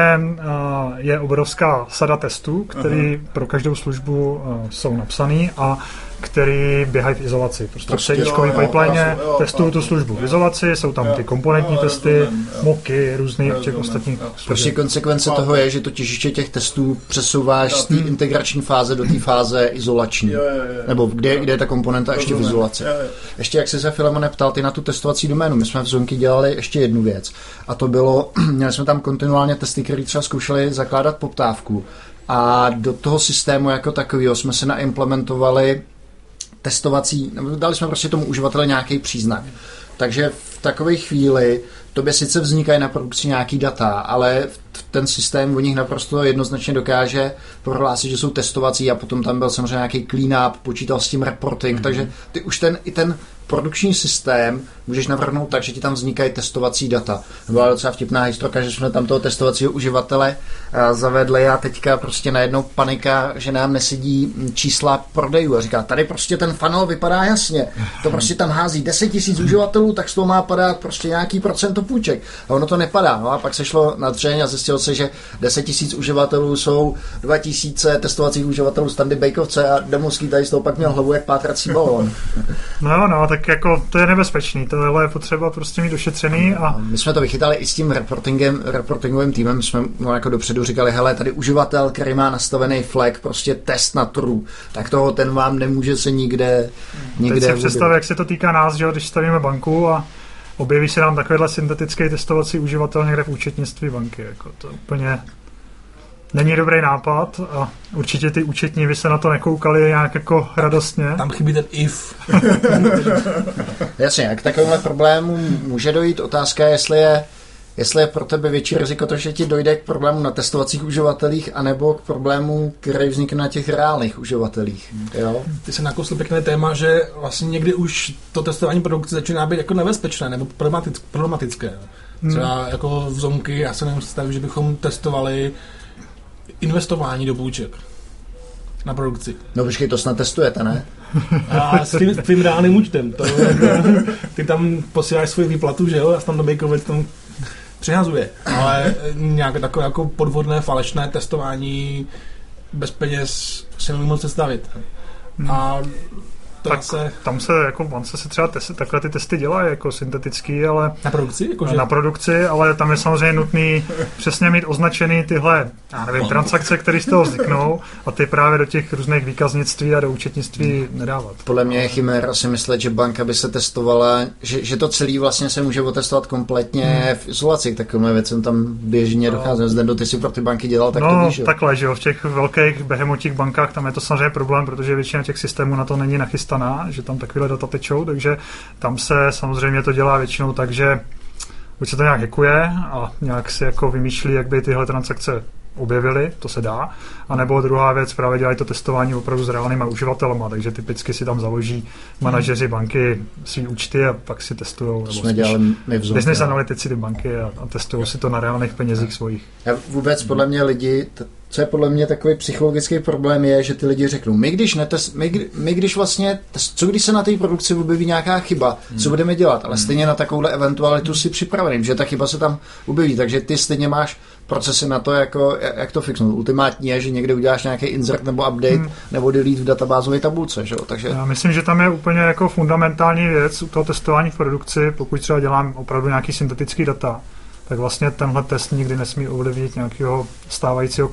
je obrovská sada testů, které pro každou službu jsou napsaný a který běhají v izolaci. Prostě CIčkový pipeline testují tu službu v izolaci, jsou tam ty komponentní testy, mocky, různý těch ostatních služeb. Prostě konsekvence toho je, že to těžiště těch testů přesouváš z té integrační fáze do té fáze izolační. Nebo kde je ta komponenta ještě v izolaci. Ještě jak jsi se Filemone ptal, ty na tu testovací doménu. My jsme v Zonky dělali ještě jednu věc. A to bylo, měli jsme tam kontinuálně testy, které třeba zkoušeli zakládat poptávku. A do toho systému jako takového jsme se naimplementovali testovací, dali jsme prostě tomu uživateli nějaký příznak. Takže v takové chvíli tobě sice vznikají na produkci nějaký data, ale ten systém o nich naprosto jednoznačně dokáže prohlásit, že jsou testovací a potom tam byl samozřejmě nějaký clean-up, počítal s tím reporting, takže ty už ten produkční systém můžeš navrhnout tak, že ti tam vznikají testovací data. Byla docela vtipná historka, že jsme tam toho testovacího uživatele zavedli a teďka prostě najednou panika, že nám nesedí čísla prodejů a říká, tady prostě ten funnel vypadá jasně, to prostě tam hází 10 000 uživatelů, tak z toho má padat prostě nějaký procento půjček. A ono to nepadá. No a pak se šlo na dřeň a zjistilo se, že 10 000 uživatelů jsou 2 000 testovacích uživatelů Standy Bejkovce a Demovský tady z toho pak měl hlavu jak pátrací balón. No, tak jako to je nebezpečný, tohle je potřeba prostě mít došetřený a... My jsme to vychytali i s tím reportingovým týmem, jsme jako dopředu říkali, hele, tady uživatel, který má nastavený flag, prostě test na true, tak toho ten vám nemůže se nikde Teď si představ, jak se to týká nás, že když stavíme banku a objeví se nám takovýhle syntetický testovací uživatel někde v účetnictví banky, jako to úplně není dobrý nápad a určitě ty účetní by se na to nekoukali nějak jako radostně. Tam chybí ten if. Jasně, k takovémhle problému může dojít. Otázka je, jestli je pro tebe větší riziko to, že ti dojde k problému na testovacích uživatelích, anebo k problému, který vznikne na těch reálných uživatelích. Jo? Ty se nakousl pěkné téma, že vlastně někdy už to testování produkce začíná být jako nebezpečné nebo problematické. Třeba jako v Zonky, já se nevím představit, že bychom testovali investování do půjček na produkci. No počkej, to snad testujete, ne? A s tvým reálným účtem. Ty tam posíláš svou výplatu, že jo? A tam do Bejkovec tam přihazuje. Ale nějaké takové jako podvodné, falešné testování bez peněz si nemůžu moc představit. A tak tam se jako se třeba takhle ty testy dělají jako syntetický, ale na produkci? Na produkci, ale tam je samozřejmě nutný přesně mít označený tyhle, transakce, které z toho vzniknou a ty právě do těch různých výkaznictví a do účetnictví nedávat. Podle mě je chiméra si myslet, že banka by se testovala, že to celý vlastně se může otestovat kompletně v izolaci, k takovým věcem tam běžně dochází. Zdendo, ty si pro ty banky dělal, tak to víš, jo? Takhle, že jo, v těch velkých behemotích bankách tam je to samozřejmě problém, protože většina těch systémů na to není nachystaná Cortana, že tam takovýhle data tečou, takže tam se samozřejmě to dělá většinou tak, že buď se to nějak hackuje a nějak si jako vymýšlí, jak by tyhle transakce objevili, to se dá, anebo druhá věc, právě dělají to testování opravdu s reálnýma uživatelema, takže typicky si tam založí manažeři banky svý účty a pak si testují, nebo business analytici ty banky a testují si to na reálných penězích svojich. Vůbec podle mě lidi, co je podle mě takový psychologický problém je, že ty lidi řeknou, my když vlastně, co když se na té produkci objeví nějaká chyba, co budeme dělat, ale stejně na takovouhle eventualitu si připraveným, že ta chyba se tam objeví, takže ty stejně máš procesy na to, jako, jak to fixnout. Ultimátní je, že někde uděláš nějaký insert nebo update nebo delete v databázové tabulce. Že? Takže... Já myslím, že tam je úplně jako fundamentální věc u toho testování v produkci, pokud třeba dělám opravdu nějaký syntetický data, tak vlastně tenhle test nikdy nesmí ovlivnit nějakého stávajícího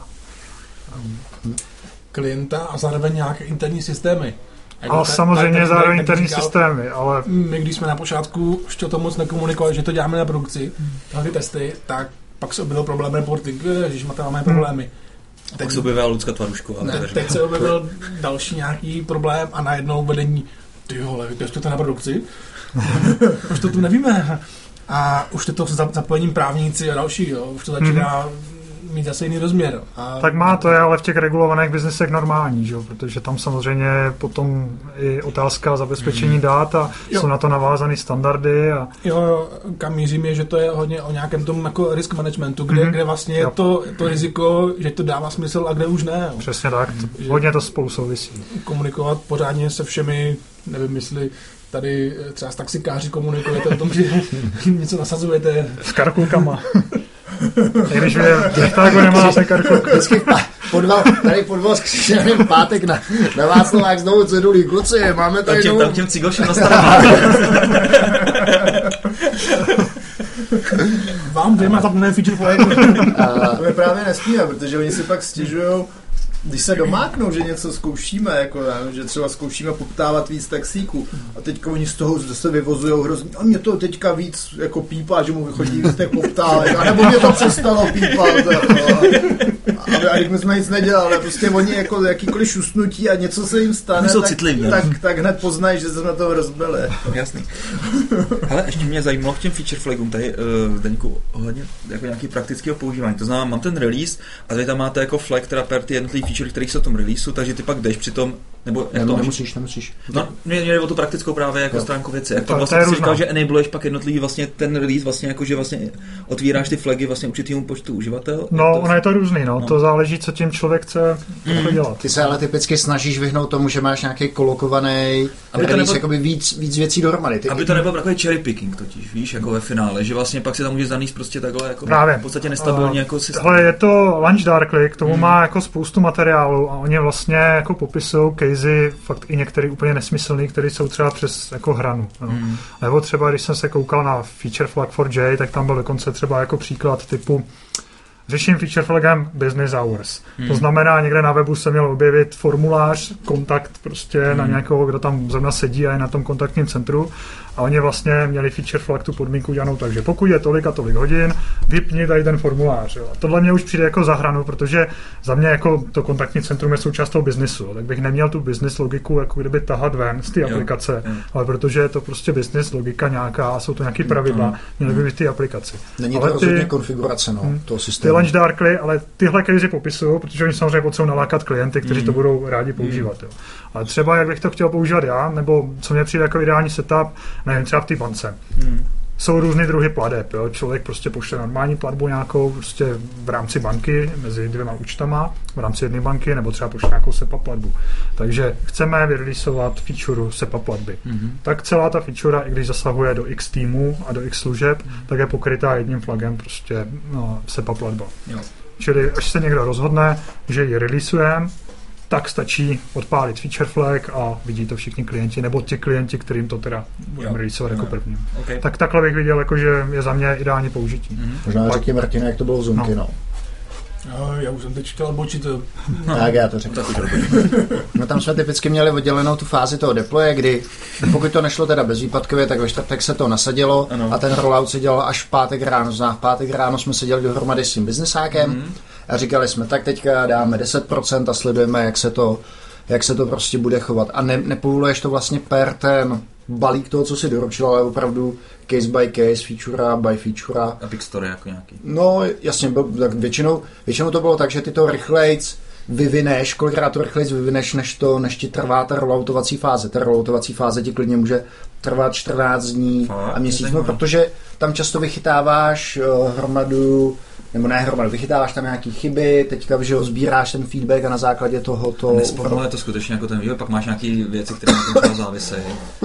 klienta a zároveň nějaké interní systémy. A samozřejmě zároveň interní systémy, ale... My, když jsme na počátku ještě to moc nekomunikovali, že to děláme na produkci, ty testy, tak pak se objevil problém reporting, že máme problémy. Teď se objevila Lucka Tvaruško. Teď se objevil další nějaký problém a najednou vedení, ty vole, vy testujete na produkci? Už to tu nevíme. A už je to zapojením právníci a další, jo. Už to začíná mít zase jiný rozměr. Tak má to je, ale v těch regulovaných biznesech normální, že? Protože tam samozřejmě potom i otázka zabezpečení dát a jsou na to navázané standardy. A... Jo, kam mířím je, že to je hodně o nějakém tom jako risk managementu, kde vlastně je to riziko, že to dává smysl a kde už ne. Jo. Přesně tak, hodně to spolu souvisí. Komunikovat pořádně se všemi, nevím, jestli tady třeba s taxikáři komunikujete o tom, že něco nasazujete. S karkulkama. Když vy tak nemáte karkulku. Tady podval s Křišťanem pátek na Václavák znovu cedulí. Kluci, máme tady novou... Tam těm cigošem na starém. Vám dvěma zapneme feature flag. To je právě nesmíme, protože oni si pak stěžujou, když se domáknou, že něco zkoušíme, jako, že třeba zkoušíme poptávat víc taxíků a teďka oni z toho se vyvozujou hrozně, a mě to teďka víc jako pípá, že mu vychodí víc těch poptávek, anebo mě to přestalo pípat. A když my jsme nic nedělali, prostě oni jako jakýkoliv šusnutí a něco se jim stane, tak hned poznají, že jsme toho rozbili. Jasný. Hele, ještě mě zajímalo k těm feature flagům tady, Zdeňku, ohledně jako nějaký praktického používání. To znamená, mám ten release a tady tam máte jako flag, teda per ty jednotlivý feature, kterých se v tom releaseu, takže ty pak jdeš při tom, nebo jak to nemusíš. No, mě jde o tu praktickou právě jako stránku věci. Jak to vlastně si říkal, že enabluješ pak jednotlivý vlastně ten release, vlastně jako, že vlastně otvíráš ty flagy vlastně určitýmu počtu uživatel. No, ono je to různý, no. To záleží, co tím člověk chce dělat. Ty se ale typicky snažíš vyhnout tomu, že máš nějaký kolokovaný release, jakoby víc věcí dohromady. Aby to nebyl takový cherry picking totiž, víš, jako ve finále, že vlastně pak si tam můžeš zanést prostě takhle jako právě. V podstatě nestabilní jako systém. Tohle je to Launch Darkly, k tomu má jako spoustu materiálu a oni vlastně jako popisují casey, fakt i některý úplně nesmyslný, které jsou třeba přes jako hranu. No. Nebo třeba, když jsem se koukal na Feature Flag 4J, tak tam byl dokonce třeba jako příklad typu řeším feature flagem business hours. To znamená, někde na webu se měl objevit formulář, kontakt prostě na nějakého, kdo tam zrovna sedí a je na tom kontaktním centru. A oni vlastně měli feature flag tu podmínku dělanou, takže pokud je tolik a tolik hodin, vypni tady ten formulář. Jo. A tohle mě už přijde jako za hranu, protože za mě jako to kontaktní centrum je součást toho biznesu, tak bych neměl tu business logiku jako kdyby tahat ven z té aplikace, ale protože je to prostě business logika nějaká a jsou to nějaké pravidla, měly by být ty aplikaci. Není to rozhodně konfigurace toho systému. Ty Launch Darkly, ale tyhle case popisují, protože oni samozřejmě potřebují nalákat klienty, kteří to budou rádi používat. Jo. Ale třeba jak bych to chtěl používat já, nebo co mě přijde jako ideální setup, nevím, třeba v té bance. Jsou různý druhy plateb. Jo. Člověk prostě pošle normální platbu nějakou prostě v rámci banky, mezi dvěma účtama, v rámci jedné banky, nebo třeba pošle nějakou SEPA platbu. Takže chceme vyreleasovat feature SEPA platby. Tak celá ta feature, i když zasahuje do X týmů a do X služeb, tak je pokrytá jedním flagem prostě SEPA platba. Jo. Čili až se někdo rozhodne, že ji releaseujeme, tak stačí odpálit feature flag a vidí to všichni klienti, nebo ti klienti, kterým to teda budeme releaseovat jako prvním. Okay. Tak takhle bych viděl, jako, že je za mě ideální použití. Možná řekni, Martina, jak to bylo v Zoomky, no. Já už jsem teď chtěl odbočit. Tak já to řeknu. No tam jsme typicky měli oddělenou tu fázi toho deploye, kdy pokud to nešlo teda bezvýpadkově, tak ve čtvrtek se to nasadilo a ten rollout se dělal až v pátek ráno. V pátek ráno jsme seděli dohromady s tím biznesákem a říkali jsme, tak teďka dáme 10% a sledujeme, jak se to prostě bude chovat. A nepovoluješ to vlastně per ten balík toho, co si doručil, ale opravdu case by case, feature by feature. Epic Story jako nějaký. No jasně, tak většinou to bylo tak, že ty to rychlejc vyvineš, kolikrát to rychlejc vyvineš, než ti trvá ta rolloutovací fáze. Ta rolloutovací fáze ti klidně může trvat 14 dní a měsíc, no, protože tam často vychytáváš vychytáváš tam nějaký chyby, teďka, že ho sbíráš ten feedback a na základě toho to... Nespomaluje to skutečně jako ten vývoj, pak máš nějaký věci, které na tom třeba závisejí.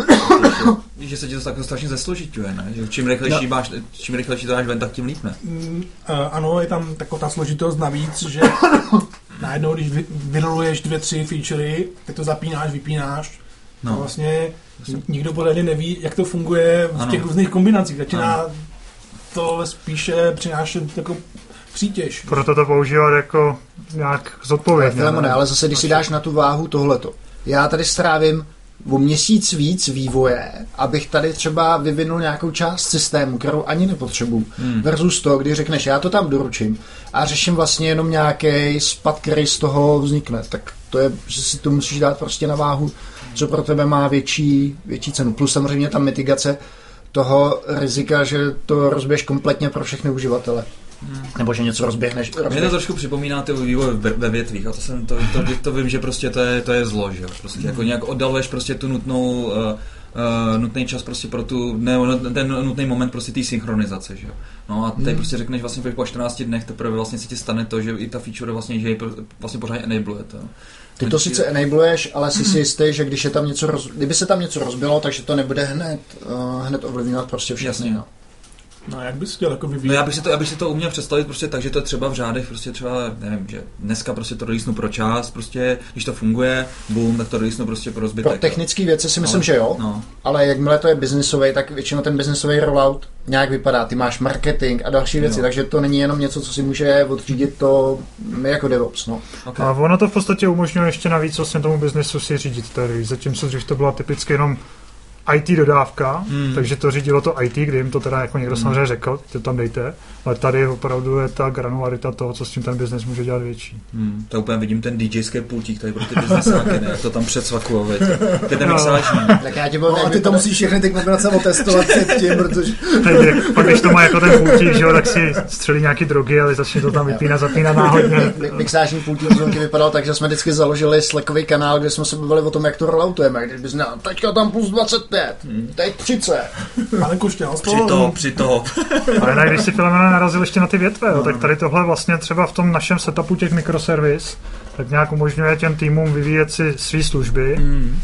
Že se ti to tak strašně zesložituje, ne? Že čím rychlejší to dáš ven, tak tím líp, ne? Ano, je tam taková ta složitost navíc, že najednou, když vyroluješ 2-3 featurey, tak to zapínáš, vypínáš. No. A vlastně nikdo pořádně neví, jak to funguje v těch různých kombinacích. Začíná to spíše přinášet jako přítěž. Proto to používat jako nějak zodpovědně. Ale zase, když si dáš na tu váhu tohleto. Já tady strávím o měsíc víc vývoje, abych tady třeba vyvinul nějakou část systému, kterou ani nepotřebuju. Versus to, kdy řekneš, já to tam doručím a řeším vlastně jenom nějaký spad, který z toho vznikne. Tak to je, že si to musíš dát prostě na váhu, co pro tebe má větší cenu. Plus samozřejmě tam mitigace toho rizika, že to rozbiješ kompletně pro všechny uživatele. Nebo že něco rozběhneš. Mě to trošku připomíná ty vývoj ve větvích a to vím, že prostě to je zlo, že jo. Prostě jako nějak oddaluješ prostě tu nutný čas prostě pro ten nutný moment prostě té synchronizace, že jo. No a tady prostě řekneš vlastně po 14 dnech teprve vlastně se ti stane to, že i ta feature vlastně, že ji vlastně pořád enabluje to. Ty to sice enabluješ, ale jsi si jistý, že když je tam něco kdyby se tam něco rozbilo, takže to nebude hned ovlivňovat prostě všechny. No. No, jak bys chtěl jako vyvíjet? No, já bych si to uměl představit prostě tak, že to je třeba v řádech, prostě třeba, nevím, že dneska prostě to releasenu pro čas, prostě, když to funguje, boom, tak to releasenu prostě pro zbytek. Pro technické věci si myslím, že jo, ale jakmile to je biznisový, tak většinou ten biznisový rollout nějak vypadá. Ty máš marketing a další věci, takže to není jenom něco, co si může odřídit to jako DevOps. No. Okay. A ono to v podstatě umožňuje ještě navíc vlastně tomu biznesu si řídit tady, zatímco dřív to byla typicky jenom IT dodávka, takže to řídilo to IT, kdy jim to teda jako někdo samozřejmě řekl, to tam dejte, ale tady opravdu je ta granularita toho, co s tím ten biznes může dělat větší. To úplně vidím ten DJský pultík tady pro ty biznesáky, ne? Jak to tam předsvakuje, to je ten mixážní. Tak já ti a ty to musíš všechny ty kombinace otestovat předtím, protože... Pak když to má jako ten pultík, že jo, tak si střelí nějaký drogy, ale začne to tam vypínat, zapínat náhodně. Mixážní pultík zvonky vypadal tak, že jsme vždycky založili Slackový kanál, kde jsme se bavili o tom, jak to rolloutujeme, když bys měl, teďka tam plus 25, teď 30. Ale kuštěl při toho. Ale ne, když si Filomena narazil ještě na ty větve, tak tady tohle vlastně třeba v tom našem setupu těch mikroservis, tak nějak umožňuje těm týmům vyvíjet si své služby.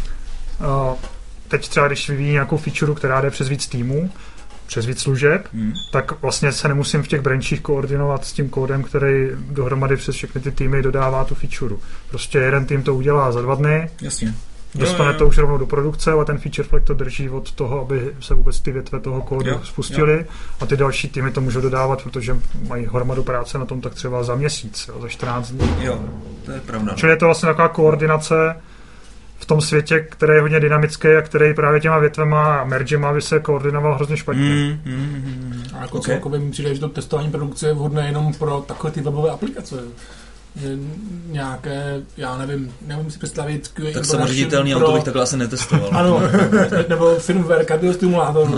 Teď třeba, když vyvíjí nějakou feature, která jde přes víc týmů, přes víc služeb, tak vlastně se nemusím v těch branchích koordinovat s tím kódem, který dohromady přes všechny ty týmy dodává tu feature. Prostě jeden tým to udělá za 2 dny. Jasně. Dostane to už rovnou do produkce a ten feature flag to drží od toho, aby se vůbec ty větve toho kódu spustily a ty další týmy to můžou dodávat, protože mají hromadu práce na tom tak třeba za měsíc, za 14 dní. Jo, to je pravda. Čili je to vlastně taková koordinace v tom světě, který je hodně dynamický a který právě těma větvema a mergema by se koordinoval hrozně špatně. A jako celkově mi přijde, že to testování produkce je vhodné jenom pro takové ty webové aplikace. Že nějaké, já nevím si představit QA tak samoředitelný auto bych takhle asi netestoval. Ano, nebo firmware kardiostimulátor.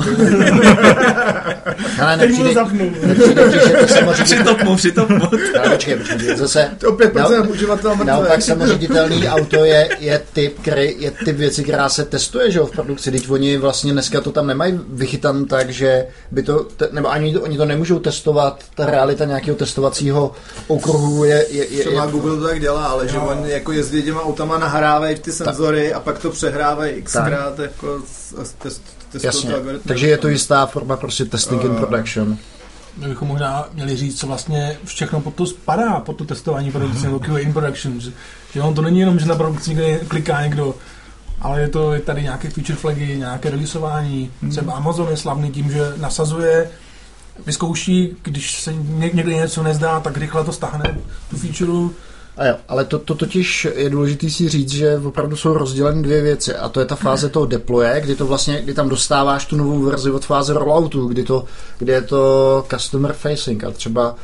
Ale nepřijde, že to samoředitelný... Přitopnu. Počkej, zase... To 5% uživatel mrtvé. Naopak samoředitelný auto je typ věci, která se testuje, že jo, v produkci. Teď oni vlastně dneska to tam nemají vychytan tak, že by to... Nebo ani oni to nemůžou testovat, ta realita nějakého testovacího okruhu je třeba Google to tak dělá, ale že on jako jezdí těma autama, nahrávají ty senzory a pak to přehrávají xkrát jako Jasně, takže je to jistá forma prostě testing in production. My bychom možná měli říct, co vlastně všechno pod to spadá, pod to testování produkce nebo QA in production, že on to není jenom, že na produkci někde kliká někdo, ale je tady nějaké feature flagy, nějaké releaseování, třeba Amazon je slavný tím, že nasazuje, vyzkouší, když se někde něco nezdá, tak rychle to stáhne, tu featureu. A jo, ale to totiž je důležité si říct, že opravdu jsou rozděleny 2 věci a to je ta fáze toho deploye, kdy tam dostáváš tu novou verzi od fáze rolloutu, kdy je to customer facing a třeba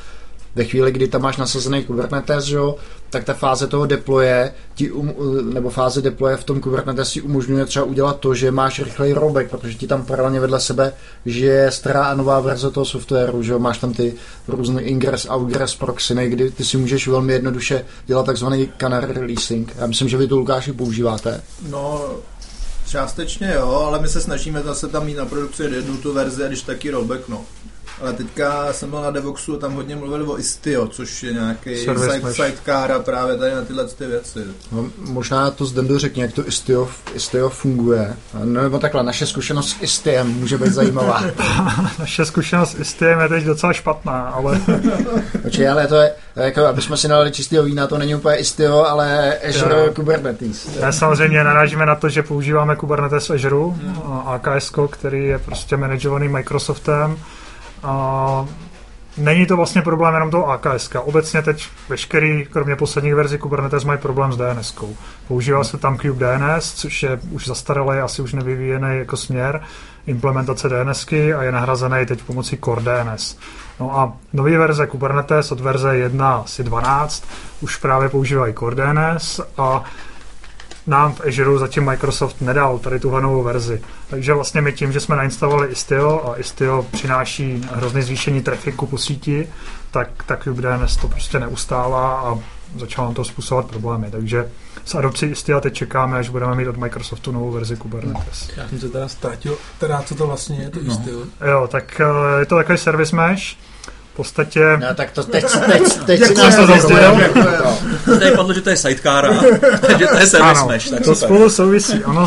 ve chvíli, kdy tam máš nasazený Kubernetes, jo, tak ta fáze toho deploye nebo fáze deploye v tom Kubernetes ti umožňuje třeba udělat to, že máš rychlej rollback, protože ti tam paralelně vedle sebe žije stará a nová verze toho softwaru, že jo, máš tam ty různé ingress, outgress proxy, kdy ty si můžeš velmi jednoduše dělat takzvaný canary releasing. Já myslím, že vy to, Lukáši, používáte. No, částečně jo, ale my se snažíme zase tam mít na produkci jednu tu verzi a když taky rollback, no. Ale teďka jsem byl na Devoxu a tam hodně mluvili o Istio, což je nějaký sidecar a právě tady na tyhle ty věci. No, možná to Zdendo řekně, jak to Istio funguje. Nebo takhle, naše zkušenost s Istiem může být zajímavá. Naše zkušenost s Istiem je teď docela špatná, ale... Počkej, ale to je, jako, aby jsme si nalili čistého vína, to není úplně Istio, ale Azure Kubernetes. Samozřejmě narážíme na to, že používáme Kubernetes v Azure, AKS, který je prostě manažovaný Microsoftem. Není to vlastně problém jenom toho AKS. Obecně teď veškerý, kromě posledních verzí Kubernetes, mají problém s DNS-kou. Používá se tam kubedns, což je už zastaralý, asi už nevyvíjený jako směr implementace DNSky a je nahrazený teď pomocí Core DNS. No a nový verze Kubernetes od verze 1.12 už právě používají Core DNS a nám v Azure zatím Microsoft nedal tady tuhle novou verzi. Takže vlastně my tím, že jsme nainstalovali Istio a Istio přináší hrozné zvýšení trafiku po síti, tak kubedns to prostě neustává a začalo nám to způsobovat problémy. Takže s adopcí Istia teď čekáme, až budeme mít od Microsoftu novou verzi Kubernetes. Já jsem se teda ztratil, co to vlastně je, to Istio. Jo, tak je to takový service mesh. V podstatě... No tak to teď si nás to zazděl. Tady padlo, že to je sidecar, takže to je service mesh. Tak to spolu souvisí. Ono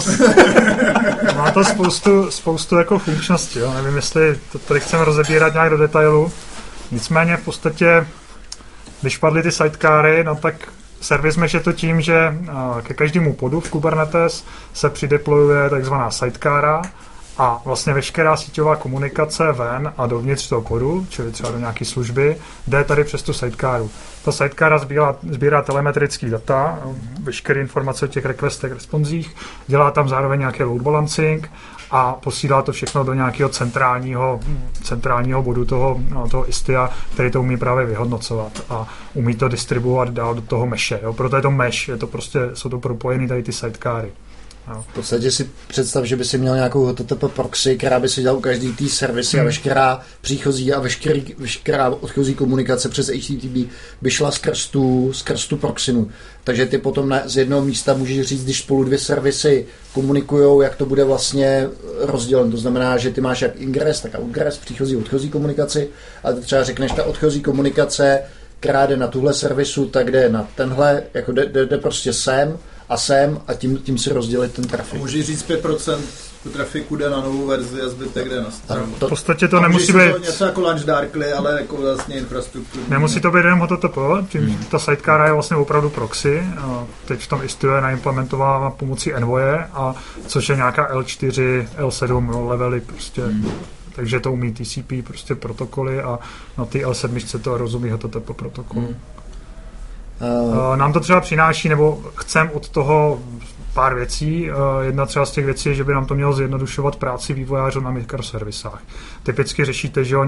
má to spoustu jako funkčností. Jo. Nevím, jestli to tady chceme rozebírat nějak do detailu. Nicméně v podstatě, když padly ty sidecary, no tak service mesh je to tím, že ke každému podu v Kubernetes se přideployuje takzvaná sidecara, a vlastně veškerá síťová komunikace ven a dovnitř toho podu, čili třeba do nějaké služby, jde tady přes tu sidecaru. Ta sidecara sbírá telemetrický data, veškeré informace o těch requestech, responsích, dělá tam zároveň nějaký load balancing a posílá to všechno do nějakého centrálního bodu toho Istia, který to umí právě vyhodnocovat a umí to distribuovat dál do toho meše. Jo? Proto je to mesh, jsou to propojený tady ty sidecary. No. V podstatě si představ, že by si měl nějakou HTTP proxy, která by si dělal u každý té servisy a veškerá příchozí a veškerá odchozí komunikace přes HTTP by šla skrz tu proxinu. Takže ty potom z jednoho místa můžeš říct, když spolu dvě servisy komunikujou, jak to bude vlastně rozdělen. To znamená, že ty máš jak ingress, tak outgress, příchozí, odchozí komunikaci, a ty třeba řekneš, ta odchozí komunikace, která jde na tuhle servisu, tak jde na tenhle, jako jde prostě sem a tím si rozdělit ten trafik. Můžeš říct 5% trafiku jde na novou verzi a zbytek jde na stranu. V podstatě to nemusí být něco jako Launch Darkly, ale jako vlastně infrastrukturu. Nemusí to být jenom HTTP, tím ta sidecara je vlastně opravdu proxy. Teď v tom Istio je naimplementována pomocí Envoye, což je nějaká L4, L7 levely prostě. Takže to umí TCP prostě protokoly a na ty L7 to rozumí HTTP protokolu. Nám to třeba přináší, nebo chcem od toho pár věcí. Jedna třeba z těch věcí je, že by nám to mělo zjednodušovat práci vývojářů na mikroservisách. Typicky řešíte, že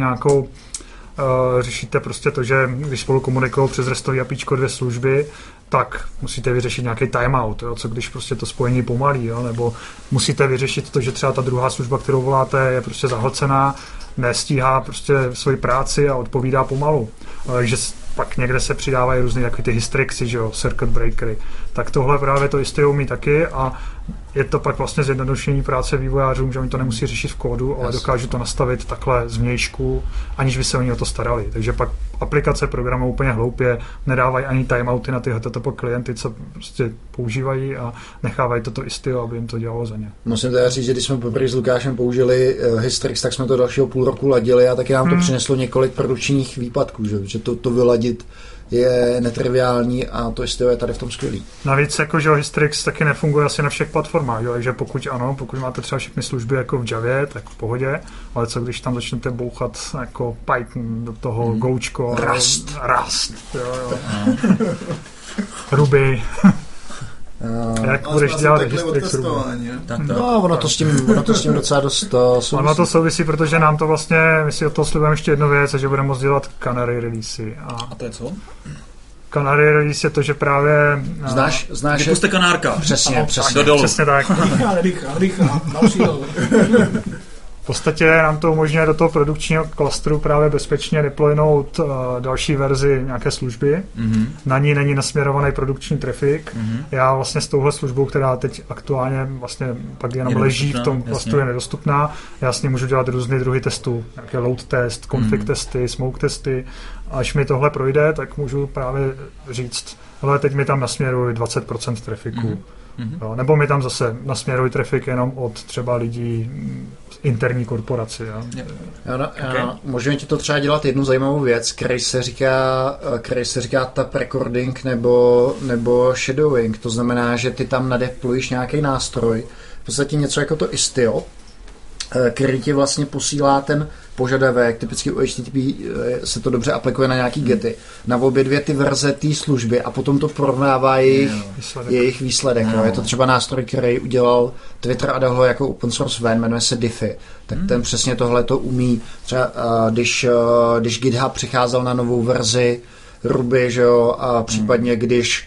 řešíte prostě to, že když spolu komunikují přes restový APIčko dvě služby, tak musíte vyřešit nějaký timeout, jo, co když prostě to spojení pomalí, jo, nebo musíte vyřešit to, že třeba ta druhá služba, kterou voláte, je prostě zahlcená, nestíhá prostě svoji práci a odpovídá pomalu. Takže pak někde se přidávají různé takové ty hystrixy, že jo, circuit breakery. Tak tohle právě to Istio umí taky a je to pak vlastně zjednodušení práce vývojářům, že oni to nemusí řešit v kódu, ale dokážou to nastavit takhle zvnějšku, aniž by se oni o to starali. Takže pak aplikace programu úplně hloupě nedávají ani timeouty na ty HTTP klienty, co prostě používají a nechávají toto Istio, aby jim to dělalo za ně. Musím teda říct, že když jsme poprvé s Lukášem použili Hystrix, tak jsme to dalšího půl roku ladili a taky nám to přineslo několik produkčních výpadků, že to vyladit je netriviální a to Istio je tady v tom skvělý. Navíc jako, že Hystrix taky nefunguje asi na všech platformách, jo? Takže pokud máte třeba všechny služby jako v Javě, tak v pohodě, ale co když tam začnete bouchat jako Python do toho Gočko, Rust, jo. Ruby. Jak budeš dělat registry No, ono to s tím docela dost souvisí. Ono to souvisí, protože nám to vlastně, my si od toho slibujeme ještě jednu věc, že budeme moct dělat canary releasy. A to je co? Canary release je to, že právě... Znáš vypuste kanárka. Přesně. Přesně tak. Rychlá, další. V podstatě nám to umožňuje do toho produkčního klastru právě bezpečně deploynout další verzi nějaké služby. Na ní není nasměrovaný produkční trafik. Já vlastně s touhle službou, která teď aktuálně vlastně pak jenom leží v tom klastru, je nedostupná. Já s ní můžu dělat různé druhy testů, nějaké load test, config testy, smoke testy. Až mi tohle projde, tak můžu právě říct, hele, teď mi tam nasměruji 20% trafiku. Jo, nebo mi tam zase nasměrují trafik jenom od třeba lidí z interní korporaci. Můžeme ti to třeba dělat jednu zajímavou věc, který se říká tap recording nebo shadowing. To znamená, že ty tam nadeplojíš nějaký nástroj, v podstatě něco jako to Istio, který ti vlastně posílá ten požadavek, typicky u HTTP se to dobře aplikuje na nějaký gety, na obě dvě ty verze té služby a potom to porovnává jejich výsledek. Je to třeba nástroj, který udělal Twitter a dal ho jako open source ven, jmenuje se Diffy. Tak ten přesně tohle to umí. Třeba když GitHub přicházel na novou verzi Ruby, že jo, a případně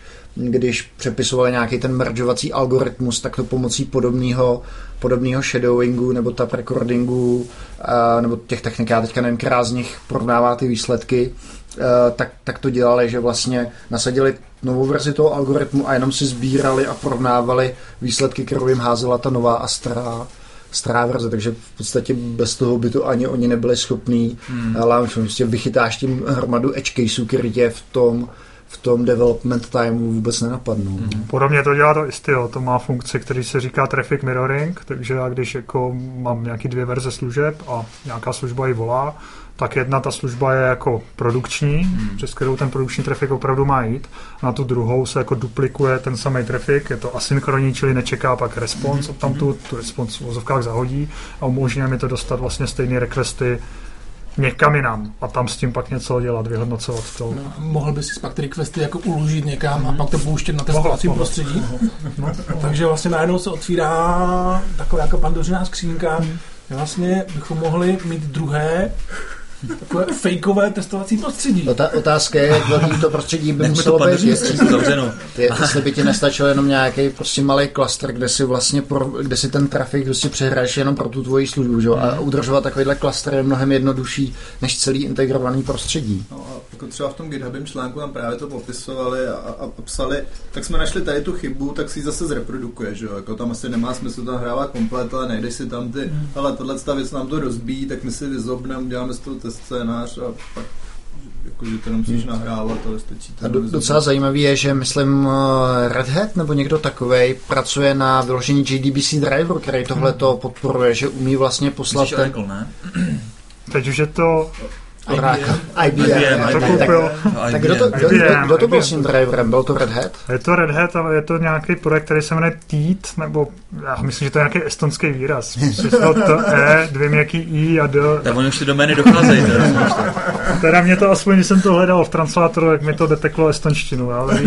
když přepisovali nějaký ten mergeovací algoritmus, tak to pomocí podobného shadowingu nebo tap recordingu nebo těch technik, já teďka nevím, která z nich porovnává ty výsledky, tak to dělali, že vlastně nasadili novou verzi toho algoritmu a jenom si sbírali a porovnávali výsledky, kterou jim házela ta nová a stará verze, takže v podstatě bez toho by to ani oni nebyli schopní, ale prostě vychytáš tím hromadu edge caseů, který tě v tom development timeu vůbec nenapadnou. Podobně to dělá to Istio, to má funkci, který se říká traffic mirroring, takže já když jako mám nějaký dvě verze služeb a nějaká služba ji volá, tak jedna ta služba je jako produkční, přes kterou ten produkční trafik opravdu má jít. Na tu druhou se jako duplikuje ten samý trafik, je to asynchronní, čili nečeká pak response odtamtud, tu response v vozovkách zahodí a umožňuje mi to dostat vlastně stejné requesty někam jinam a tam s tím pak něco dělat, vyhodnocovat to. No, mohl by si pak ty requesty jako uložit někam a pak to pouštět na testovacím prostředí. Takže vlastně najednou se otvírá taková jako pandořiná skřínka. Vlastně bychom mohli mít druhé takové fejkové testovací prostředí. Otázka je, jak velký to prostředí by muselo být. Jestli by ti nestačil jenom nějaký prostě malý klaster, kde si ten trafik prostě přehraješ jenom pro tu tvoji službu, že? A udržovat takovýhle klaster je mnohem jednodušší než celý integrovaný prostředí. No a jako třeba v tom GitHubem článku tam právě to popisovali a psali, tak jsme našli tady tu chybu, tak si ji zase zreprodukuješ, jo? Jako tam asi nemá smysl tam hrávat komplet, ale najdeš si tam ty, ale tato věc nám to rozbíjí, tak my si vyzobneme, uděláme z toho scénář a pak jakože to nemusíš nahrávat, ale stačí to. Docela zajímavý je, že myslím Red Hat nebo někdo takovej pracuje na vyložení JDBC driveru, který tohleto podporuje, že umí vlastně poslat ten... Teď už je to... IBM. Tak kdo to byl s tím driverem? Byl to Red Hat? Je to Red Hat, ale je to nějaký projekt, který se jmenuje TEAT, nebo já myslím, že to je nějaký estonský výraz. Myslím, to E, dvě měkký I a D. Tak oni už ty domény docházejí. Teda mě to aspoň, když jsem to hledal v translátoru, jak mi to deteklo estonštinu, ale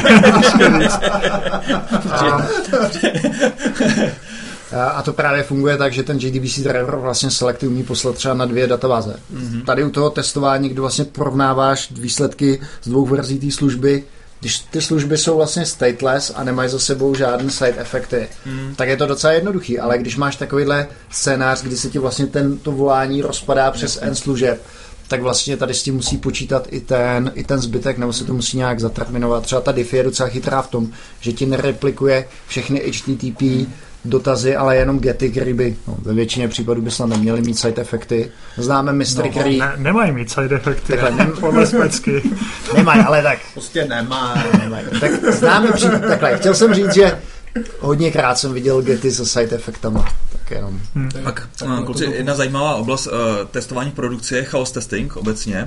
a to právě funguje tak, že ten JDBC driver vlastně selekty umí poslat třeba na 2 databáze. Tady u toho testování, kdy vlastně porovnáváš výsledky z 2 verzí té služby, když ty služby jsou vlastně stateless a nemají za sebou žádný side efekty, tak je to docela jednoduchý, ale když máš takovýhle scénář, kdy se ti vlastně to volání rozpadá přes N služeb, tak vlastně tady s tím musí počítat i ten zbytek, nebo se to musí nějak zaterminovat. Třeba ta Diffy je docela chytrá v tom, že ti nereplikuje všechny HTTP dotazy, ale jenom gety, který by ve většině případů by snad neměly mít side efekty. Známe mistry, který... Nemají mít side efekty, podle specky. Nemají, ale tak... Prostě nemají. Tak známe takhle. Chtěl jsem říct, že hodněkrát jsem viděl gety se side efektama. Tak jenom... Tak, kluci, jedna zajímavá oblast testování v produkci je chaos testing obecně.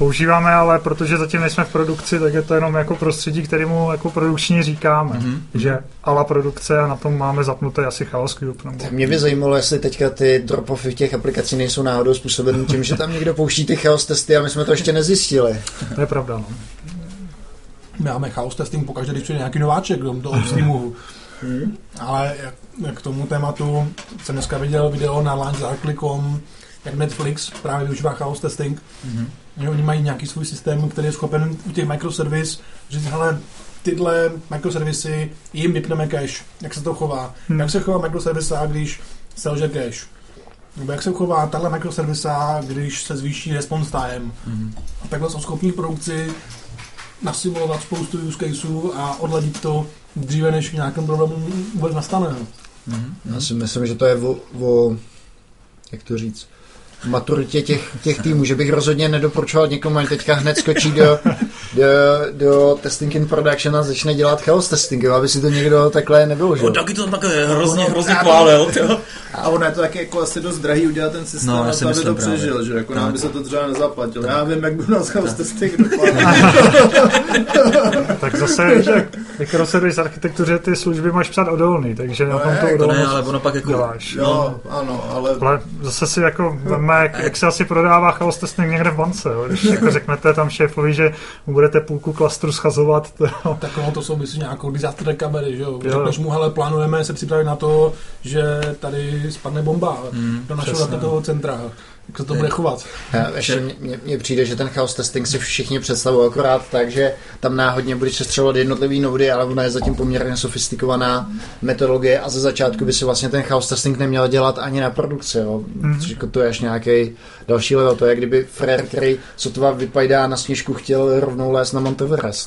Používáme, ale protože zatím nejsme v produkci, tak je to jenom jako prostředí, kterému jako produkční říkáme. Že ala produkce a na tom máme zapnutý asi Chaos Cube. Nebo... Mě by zajímalo, jestli teďka ty drop-offy v těch aplikacích nejsou náhodou způsobeny tím, že tam někdo pouští ty chaos testy a my jsme to ještě nezjistili. To je pravda, no. Máme chaos testing pokaždé, když přijde nějaký nováček do Steamu. Ale k tomu tématu jsem dneska viděl video na launchdarkly.com, jak Netflix právě využívá chaos testing. Oni mají nějaký svůj systém, který je schopen u těch microservice říct, hele, tyhle microservisy, jim vypneme cache. Jak se to chová? Jak se chová microservice, když selže cache? Nebo jak se chová tahle microservice, když se zvýší response time? A takhle jsou schopní v produkci nasimulovat spoustu use caseů a odladit to dříve, než v nějakém problému vůbec nastane. Já si myslím, že to je o jak to říct, maturitě těch týmů, že bych rozhodně nedoporučoval někomu, ať teďka hned skočí do testing in production a začne dělat chaos testing, aby si to někdo takhle nevyložil. Taky to takhle hrozně chválil. A ono je to taky jako asi dost drahý udělat ten systém, no, aby to přežil, právě. Že jako nám by se to třeba nezaplatilo. Já vím, jak by nás chaos testing dopadl. Tak zase, že microservice architektuře ty služby máš psát odolný, takže na tom to odolnost ale ono pak jako děláš. Jo, ano, ale zase si jako veme, jak se asi prodává chaos testing někde v bance, jo? Když jako řeknete tam šéfovi, že budete půlku klastru schazovat. Tak ono to souvisí nějakou disaster recovery, že jo? Řekneš mu, hele, plánujeme se připravit na to, že tady spadne bomba do našeho datového centra. Jak se to bude chovat? Ještě mně přijde, že ten chaos testing si všichni představují akorát tak, že tam náhodně budeš sestřelovat jednotlivý nody, ale ona je zatím poměrně sofistikovaná metodologie a ze začátku by si vlastně ten chaos testing neměl dělat ani na produkci. Jo. To je až nějaký další level. To je, kdyby frér, který sotva vypadá na sněžku, chtěl rovnou lézt na Mount Everest.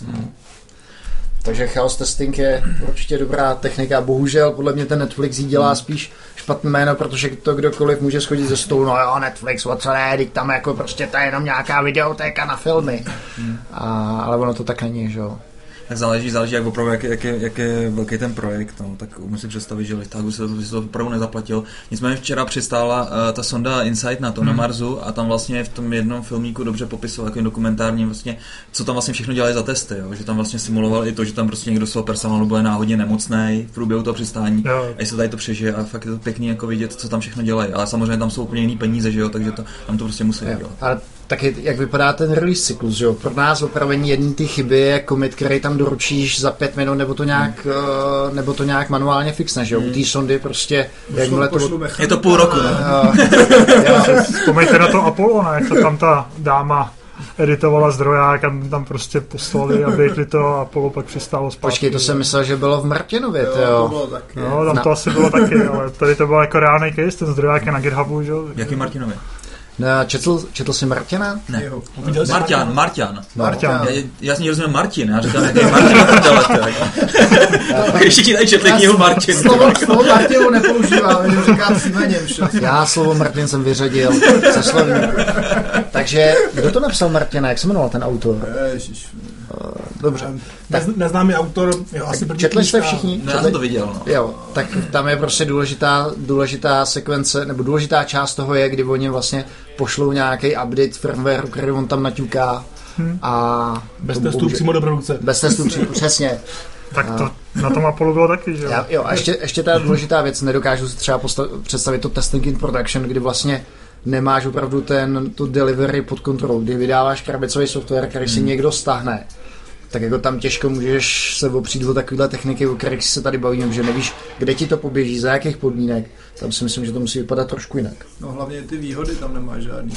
Takže chaos testing je určitě dobrá technika. Bohužel podle mě ten Netflix jí dělá spíš špatné jméno, protože to kdokoliv může schodit ze stolu. No jo, Netflix, co ne, teď tam jako prostě to je jenom nějaká videotéka na filmy. Ale ono to tak není, že jo. Tak záleží jak opravdu, jak je velký ten projekt, no, tak musím představit, že Liftagu se to opravdu nezaplatil. Nicméně včera přistála ta sonda InSight na to na Marsu a tam vlastně v tom jednom filmíku dobře popisoval, jako dokumentárním vlastně, co tam vlastně všechno dělali za testy, jo? Že tam vlastně simuloval i to, že tam prostě někdo z toho personálu byl náhodně nemocný v průběhu toho přistání a jestli tady to přežije a fakt je to pěkný jako vidět, co tam všechno dělají, ale samozřejmě tam jsou úplně jiný peníze, že jo, takže tam to prostě musí dělat. Taky jak vypadá ten release cyklus, že jo? Pro nás opravení jedné ty chyby je commit, který tam doručíš za 5 minut, nebo to nějak manuálně fixne, že jo? U té sondy prostě, jakmile to... Je to půl roku, ne? Vzpomeňte na to Apollo, ne? Jak to tam ta dáma editovala zdroják a tam prostě poslali a vyjekli to a Apollo pak přistálo zpátky. Počkej, to jsem myslel, že bylo v Martinově, jo. To bylo taky. No, tam to asi bylo taky, ale tady to byl jako reálný case, ten zdroják je na GitHubu, že jo? Jaký Martinově? No, četl jsi Martina? Ne. Marťan. Já si rozumím Martin, já říkám, jaký Martin na prdele. Když všichni tady četli knihu Martin. Slovo Martinu nepoužívám, jenom říkám příjmením. Já slovo Martin jsem vyřadil ze slovníku. Takže kdo to napsal Martina? Jak se jmenoval ten autor? Dobře. Neznámý autor, jo, asi četli jste všichni? Já jsem to viděl. No. Jo, tak tam je prostě důležitá sekvence, nebo důležitá část toho je, kdy oni vlastně pošlou nějaký update firmware, který on tam naťuká a... Bez testů přímo do produkce. Bez testů přímo, přesně. Tak to na tom Apollo bylo taky, že jo? A ještě ta důležitá věc, nedokážu si třeba představit to testing in production, kdy vlastně nemáš opravdu tu delivery pod kontrolou, kdy vydáváš krabicový software, který si někdo stáhne, tak jako tam těžko můžeš se opřít o takovéhle techniky, o kterých se tady bavíme, že nevíš, kde ti to poběží, za jakých podmínek. Tam si myslím, že to musí vypadat trošku jinak. No hlavně ty výhody tam nemáš žádný.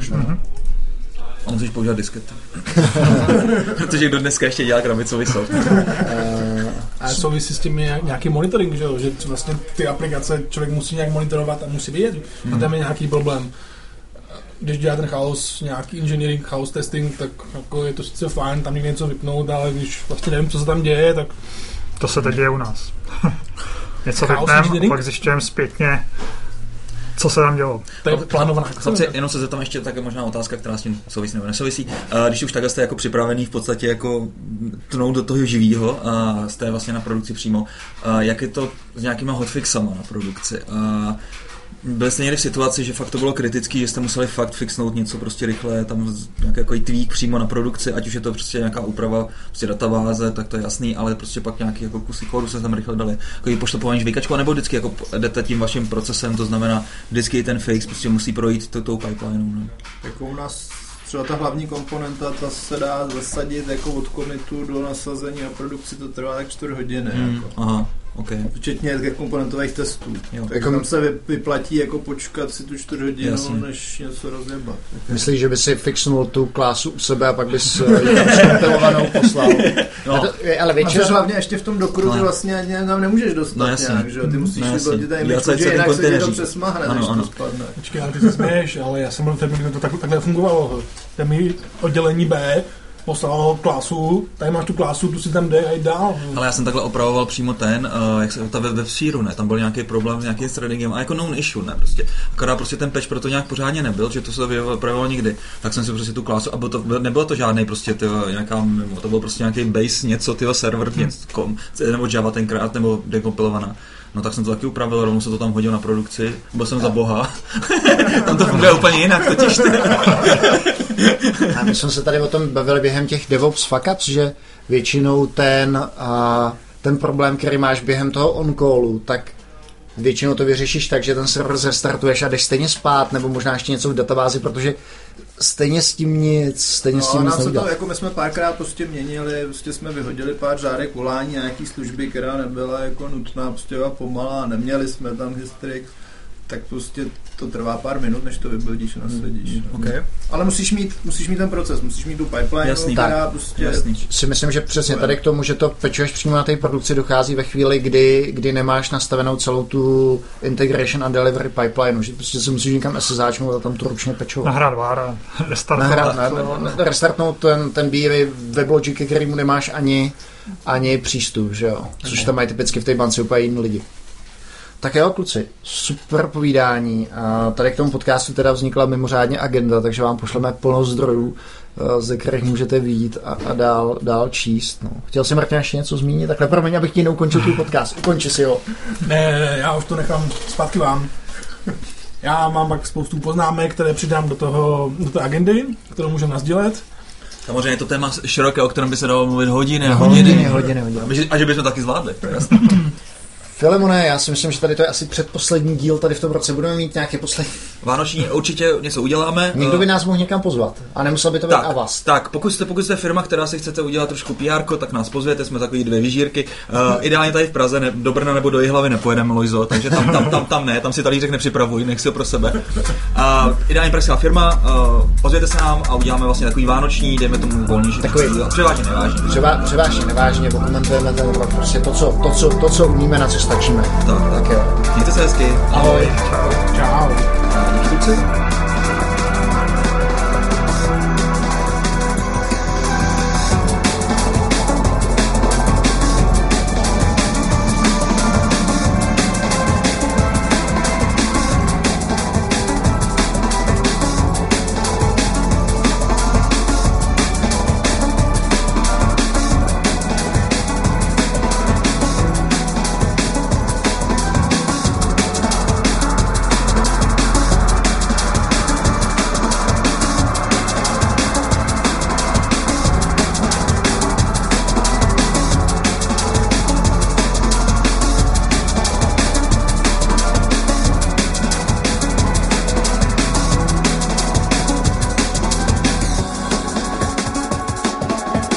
A musíš používat disketu. Protože kdo dneska ještě dělá krabicový software. A souvisí s tím nějaký monitoring, že jo? Že vlastně ty aplikace člověk musí nějak monitorovat a musí vidět, a tam je nějaký problém. Když dělá ten chaos, nějaký engineering, chaos testing, tak jako je to sice fajn tam někde něco vypnout, ale když vlastně nevím, co se tam děje, tak... To se teď děje u nás. Něco vypneme a pak zjišťujeme zpětně, co se tam dělo. To je plánovaná. Jenom se zeptám ještě také možná otázka, která s tím souvisí nebo nesouvisí. Když už takhle jste jako připravený v podstatě jako tnout do toho živýho a jste vlastně na produkci přímo, jak je to s nějakýma hotfixama na produkci? byli jste někdy v situaci, že fakt to bylo kritický, že jste museli fakt fixnout něco prostě rychle, tam nějaký tweak přímo na produkci, ať už je to prostě nějaká úprava, prostě databáze, tak to je jasný, ale prostě pak nějaký jako kusy kódu se tam rychle dali. Jako poštopování žvíkačku, nebo vždycky jako jdete tím vaším procesem, to znamená vždycky ten fix prostě musí projít tou pipelineou. No. Jako u nás třeba ta hlavní komponenta, ta se dá zasadit jako od commitu do nasazení a produkci to trvá tak 4 hodiny. Jako. Aha. Okay. Včetně komponentových testů. Takže tam se vyplatí jako počkat si tu 4 hodinu, než něco rozjebat. Myslíš, že by si fixnul tu klásu u sebe a pak bys ji tam skompilovanou poslal? No. Ale většinou... hlavně ještě v tom dokru ty vlastně ani tam nemůžeš dostat nějak, že? Ty musíš vyplatit tady myčku, že jinak se ti to přesmahne, než to spadne. Počkej, ale ty se směješ, ale já jsem byl v termínu, kde to takhle fungovalo. Termín oddělení B poslal klásu, tady máš tu klásu, tu si tam dej a jít dál. Ale já jsem takhle opravoval přímo jak se ta websíru, ne, tam byl nějaký problém s nějakým threadingem a jako known issue, ne, prostě. Akorát prostě ten patch proto nějak pořádně nebyl, že to se vypravovalo nikdy. Tak jsem si prostě tu klásu, a nebylo to žádný prostě nějaká, to byl prostě nějaký base něco, server, nebo Java tenkrát, nebo dekompilovaná. No tak jsem to taky upravil, rovnou se to tam hodil na produkci, byl jsem za boha. Tam to funguje úplně jinak, totiž. A my jsme se tady o tom bavili během těch DevOps fuck-ups, že většinou ten problém, který máš během toho on-callu, tak většinou to vyřešíš tak, že ten server zrestartuješ a jdeš stejně spát, nebo možná ještě něco v databázi, protože stejně s tím nic neudělá. Jako my jsme párkrát prostě měnili, prostě jsme vyhodili pár řádek volání a nějaký služby, která nebyla jako nutná, prostě byla pomalá, neměli jsme tam history, tak prostě to trvá pár minut, než to vybudíš a nasadíš. Okay. Ale musíš mít ten proces, musíš mít tu pipeline, která prostě... Jasný. Si myslím, že přesně tady k tomu, že to pečuješ přímo na té produkci, dochází ve chvíli, kdy nemáš nastavenou celou tu integration a delivery pipeline, že prostě si musíš někam SSHčnout a tam to ručně pečovat. Nahrát vára, restartnout ten bílý WebLogic, ke kterému nemáš ani přístup, že jo? Což tam mají typicky v té bance úplně jiní lidi. Tak jo, kluci, super povídání. A tady k tomu podcastu teda vznikla mimořádně agenda, takže vám pošleme plno zdrojů, ze kterých můžete vidět a dál číst. No. Chtěl jsem, Martin, ještě něco zmínit? Takhle promiň, abych ti neukončil tvůj podcast. Ukonči si ho. Ne, já už to nechám zpátky vám. Já mám pak spoustu poznámek, které přidám do té agendy, kterou můžeme nasdílet. Samozřejmě je to téma široké, o kterém by se dalo mluvit hodiny. A že bychom taky zvládli. Filemone, já si myslím, že tady to je asi předposlední díl tady v tom roce. Budeme mít nějaké poslední... Vánoční určitě něco uděláme. Někdo by nás mohl někam pozvat a nemusel by to být Avast. Tak, pokud jste firma, která si chcete udělat trošku PR, tak nás pozvěte, jsme takový 2 vyžírky. Ideálně tady v Praze, do Brna nebo do Jihlavy nepojedeme, Lojzo, takže tam ne, tam si talířek nepřipravuj, nech si ho pro sebe. Ideálně pražská firma, ozvěte se nám a uděláme vlastně takový vánoční, dejme tomu volnější. Převážně nevážně. Převážně nevážně, dokumentujeme ten rok, prostě to, co umíme, na co stačíme. Tak jo. Mějte se hezky. Ahoj. Čau. Díky, kluci.